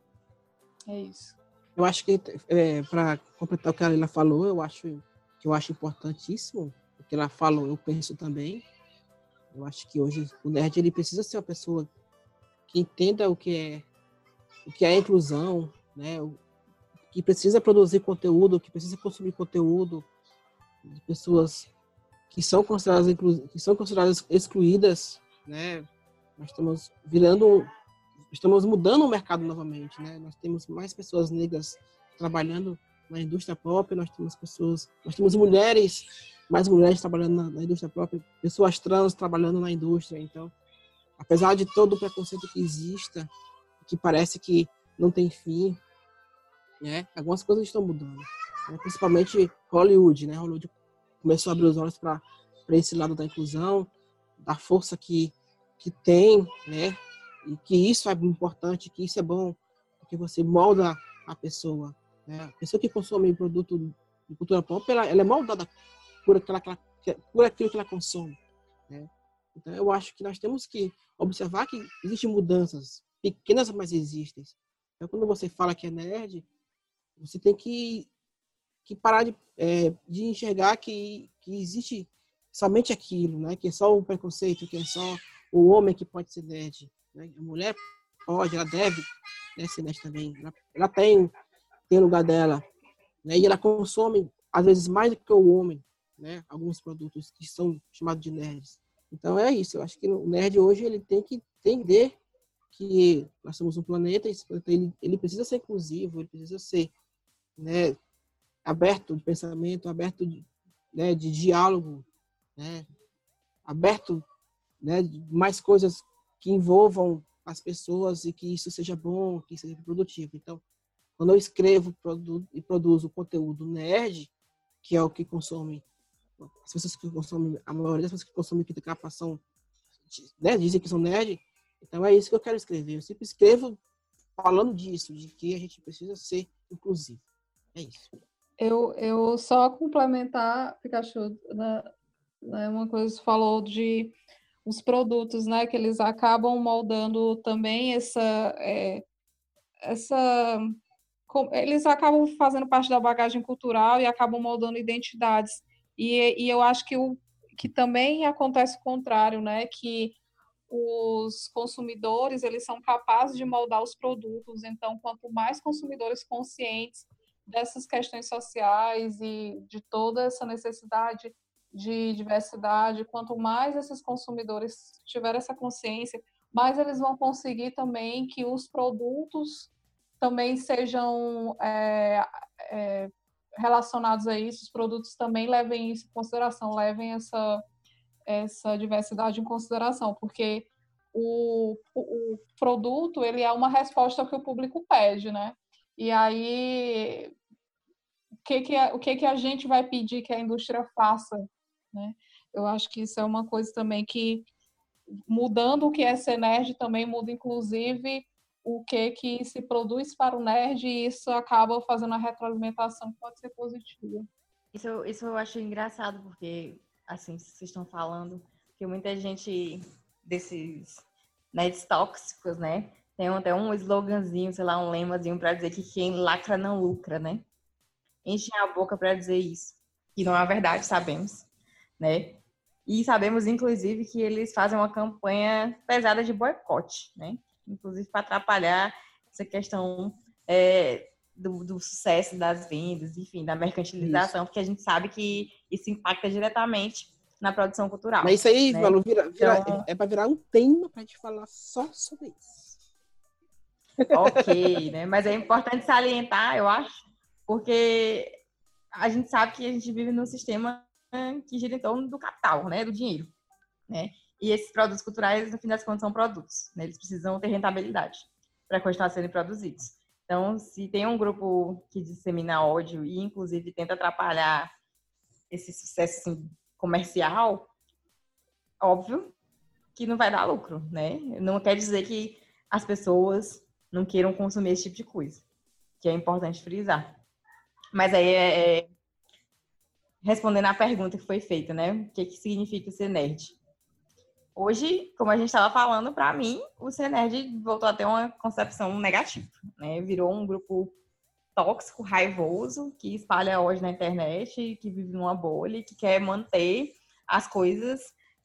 é isso. Eu acho que, é, para completar o que a Leila falou, eu acho que eu acho importantíssimo o que ela falou, eu penso também. Eu acho que hoje o nerd ele precisa ser uma pessoa que entenda o que é o que é inclusão, né? O, que precisa produzir conteúdo, que precisa consumir conteúdo de pessoas que são consideradas inclu, que são consideradas excluídas, né? Nós estamos virando Estamos mudando o mercado novamente, né? Nós temos mais pessoas negras trabalhando na indústria própria, nós temos pessoas, nós temos mulheres, mais mulheres trabalhando na, na indústria própria, pessoas trans trabalhando na indústria. Então, apesar de todo o preconceito que exista, que parece que não tem fim, né? Algumas coisas estão mudando, né? Principalmente Hollywood, né? Hollywood começou a abrir os olhos para para esse lado da inclusão, da força que que tem, né? E que isso é importante, que isso é bom, porque você molda a pessoa, né? A pessoa que consome produto de cultura pop, ela, ela é moldada por, aquela, por aquilo que ela consome, né? Então, eu acho que nós temos que observar que existem mudanças pequenas, mas existem. Então, quando você fala que é nerd, você tem que, que parar de, é, de enxergar que, que existe somente aquilo, né? Que é só o preconceito, que é só o homem que pode ser nerd. A mulher pode, ela deve, né, ser nerd também. Ela, ela tem, tem o lugar dela, né? E ela consome, às vezes, mais do que o homem, né? Alguns produtos que são chamados de nerds. Então, é isso. Eu acho que o nerd hoje ele tem que entender que nós somos um planeta, esse planeta ele, ele precisa ser inclusivo, ele precisa ser, né, aberto de pensamento, aberto de, né, de diálogo, né? Aberto, né, de mais coisas que envolvam as pessoas e que isso seja bom, que seja produtivo. Então, quando eu escrevo produ- e produzo conteúdo nerd, que é o que consome, as pessoas que consomem, a maioria das pessoas que consomem Quinta Capa são, né, dizem que são nerd, então é isso que eu quero escrever. Eu sempre escrevo falando disso, de que a gente precisa ser inclusivo. É isso. Eu, eu só complementar, Pikachu, né, né, uma coisa que você falou de os produtos, né, que eles acabam moldando também essa, é, essa, eles acabam fazendo parte da bagagem cultural e acabam moldando identidades. E, e eu acho que o que também acontece o contrário, né, que os consumidores eles são capazes de moldar os produtos. Então, quanto mais consumidores conscientes dessas questões sociais e de toda essa necessidade de diversidade, quanto mais esses consumidores tiverem essa consciência, mais eles vão conseguir também que os produtos também sejam é, é, relacionados a isso, os produtos também levem isso em consideração, levem essa, essa diversidade em consideração, porque o, o, o produto ele é uma resposta ao que o público pede, né? E aí, o que, que, a, o que, que a gente vai pedir que a indústria faça, né? Eu acho que isso é uma coisa também que, mudando o que é ser nerd, também muda, inclusive, o que, que se produz para o nerd, e isso acaba fazendo uma retroalimentação que pode ser positiva. Isso, isso eu acho engraçado, porque, assim, vocês estão falando que muita gente desses nerds tóxicos, né, tem até um sloganzinho, sei lá, um lemazinho para dizer que quem lacra não lucra, né? Enchem a boca para dizer isso. E não é verdade, sabemos, né? E sabemos, inclusive, que eles fazem uma campanha pesada de boicote, né? Inclusive para atrapalhar essa questão é, do, do sucesso das vendas, enfim, da mercantilização, isso. Porque a gente sabe que isso impacta diretamente na produção cultural. Mas isso aí, né? Valu, vira, vira, Então- é para virar um tema para a gente falar só sobre isso. Ok, né? Mas é importante salientar, eu acho, porque a gente sabe que a gente vive num sistema que gira em torno do capital, né? Do dinheiro, né? E esses produtos culturais, no fim das contas, são produtos, né? Eles precisam ter rentabilidade para continuar sendo produzidos. Então, se tem um grupo que dissemina ódio e, inclusive, tenta atrapalhar esse sucesso assim, comercial, óbvio que não vai dar lucro, né? Não quer dizer que as pessoas não queiram consumir esse tipo de coisa, que é importante frisar. Mas aí, é, é, respondendo à pergunta que foi feita, né? O que, que significa ser nerd? Hoje, como a gente estava falando, para mim, o ser nerd voltou a ter uma concepção negativa, né? Virou um grupo tóxico, raivoso, que espalha ódio na internet, que vive numa bolha, que quer manter as coisas,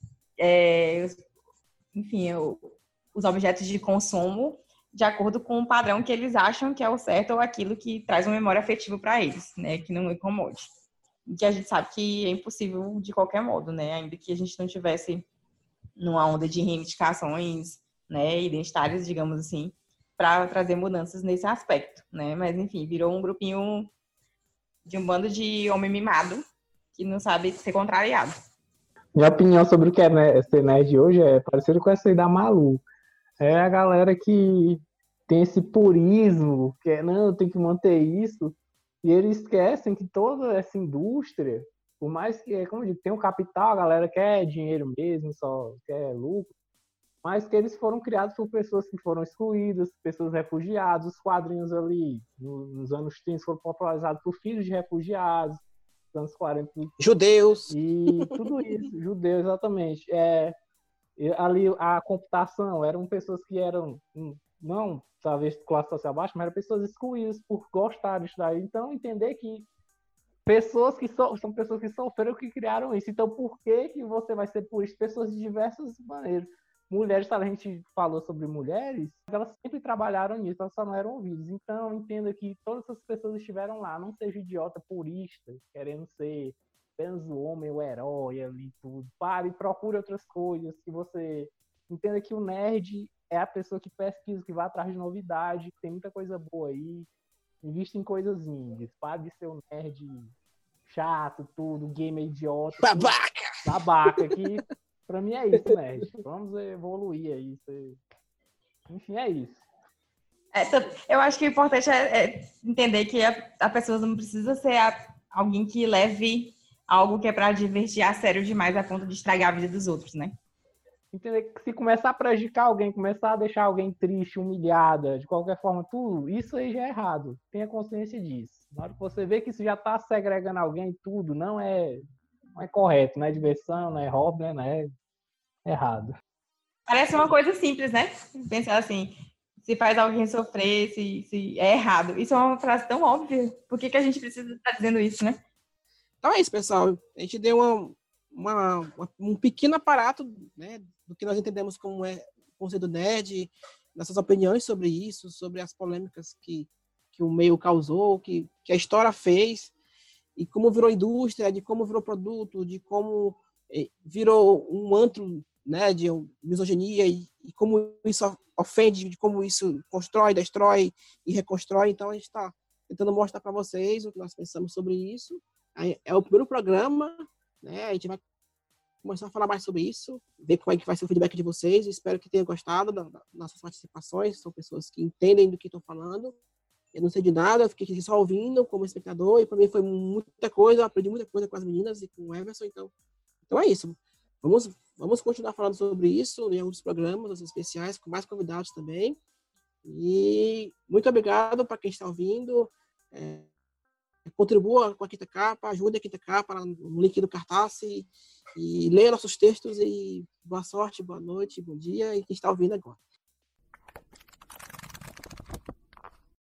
é, enfim, os objetos de consumo de acordo com o padrão que eles acham que é o certo ou aquilo que traz uma memória afetiva para eles, né? Que não incomode. E que a gente sabe que é impossível de qualquer modo, né? Ainda que a gente não tivesse numa onda de reivindicações, né, identitárias, digamos assim, para trazer mudanças nesse aspecto, né? Mas, enfim, virou um grupinho de um bando de homem mimado que não sabe ser contrariado. Minha opinião sobre o que é ser nerd hoje é parecido com essa aí da Malu. É a galera que tem esse purismo, que é, não, tem que manter isso, e eles esquecem que toda essa indústria, por mais que, como eu digo, tem um capital, a galera quer dinheiro mesmo, só quer lucro, mas que eles foram criados por pessoas que foram excluídas, pessoas refugiadas, os quadrinhos ali nos anos trinta foram popularizados por filhos de refugiados, nos anos quarenta. Judeus. E tudo isso, judeus, exatamente. É, ali a computação, eram pessoas que eram, não talvez de classe social baixa, mas eram pessoas excluídas por gostar disso daí. Então, entender que pessoas que so, são pessoas que sofreram, que criaram isso. Então, por que que você vai ser por isso? Pessoas de diversas maneiras. Mulheres, sabe, a gente falou sobre mulheres, elas sempre trabalharam nisso, elas só não eram ouvidas. Então, entenda que todas essas pessoas estiveram lá, não seja idiota purista, querendo ser apenas o homem, o herói ali, tudo. Pare e procure outras coisas, que você entenda que o nerd é a pessoa que pesquisa, que vai atrás de novidade, tem muita coisa boa aí. Invista em coisas indies. Pare de ser um nerd chato, tudo, gamer idiota. Babaca! Tudo. Babaca, que pra mim é isso, nerd. Vamos evoluir aí. Enfim, é isso. É, eu acho que o importante é, é entender que a, a pessoa não precisa ser a, alguém que leve algo que é pra divertir a sério demais a ponto de estragar a vida dos outros, né? Entender que se começar a prejudicar alguém, começar a deixar alguém triste, humilhada, de qualquer forma, tudo, isso aí já é errado. Tenha consciência disso. Na hora que você vê que isso já está segregando alguém, tudo, não é, não é correto, não é diversão, não é hobby, né? Não é errado. Parece uma coisa simples, né? Pensar assim, se faz alguém sofrer, se, se é errado. Isso é uma frase tão óbvia. Por que que a gente precisa estar dizendo isso, né? Então é isso, pessoal. A gente deu uma, uma, uma, um pequeno aparato, né, do que nós entendemos como é o conceito nerd, nossas opiniões sobre isso, sobre as polêmicas que, que o meio causou, que, que a história fez, e como virou indústria, de como virou produto, de como eh, virou um antro, né, de misoginia, e, e como isso ofende, de como isso constrói, destrói e reconstrói. Então a gente está tentando mostrar para vocês o que nós pensamos sobre isso. É o primeiro programa, né? A gente vai começar a falar mais sobre isso, ver como é que vai ser o feedback de vocês. Espero que tenham gostado das nossas participações. São pessoas que entendem do que estão falando. Eu não sei de nada, eu fiquei aqui só ouvindo como espectador, e para mim foi muita coisa, eu aprendi muita coisa com as meninas e com o Everson. Então, então é isso. Vamos, vamos continuar falando sobre isso em alguns programas especiais, com mais convidados também. E muito obrigado para quem está ouvindo. É, contribua com a Quinta Capa, ajude a Quinta Capa no link do cartaz e, e leia nossos textos. E boa sorte, boa noite, bom dia, e quem está ouvindo agora.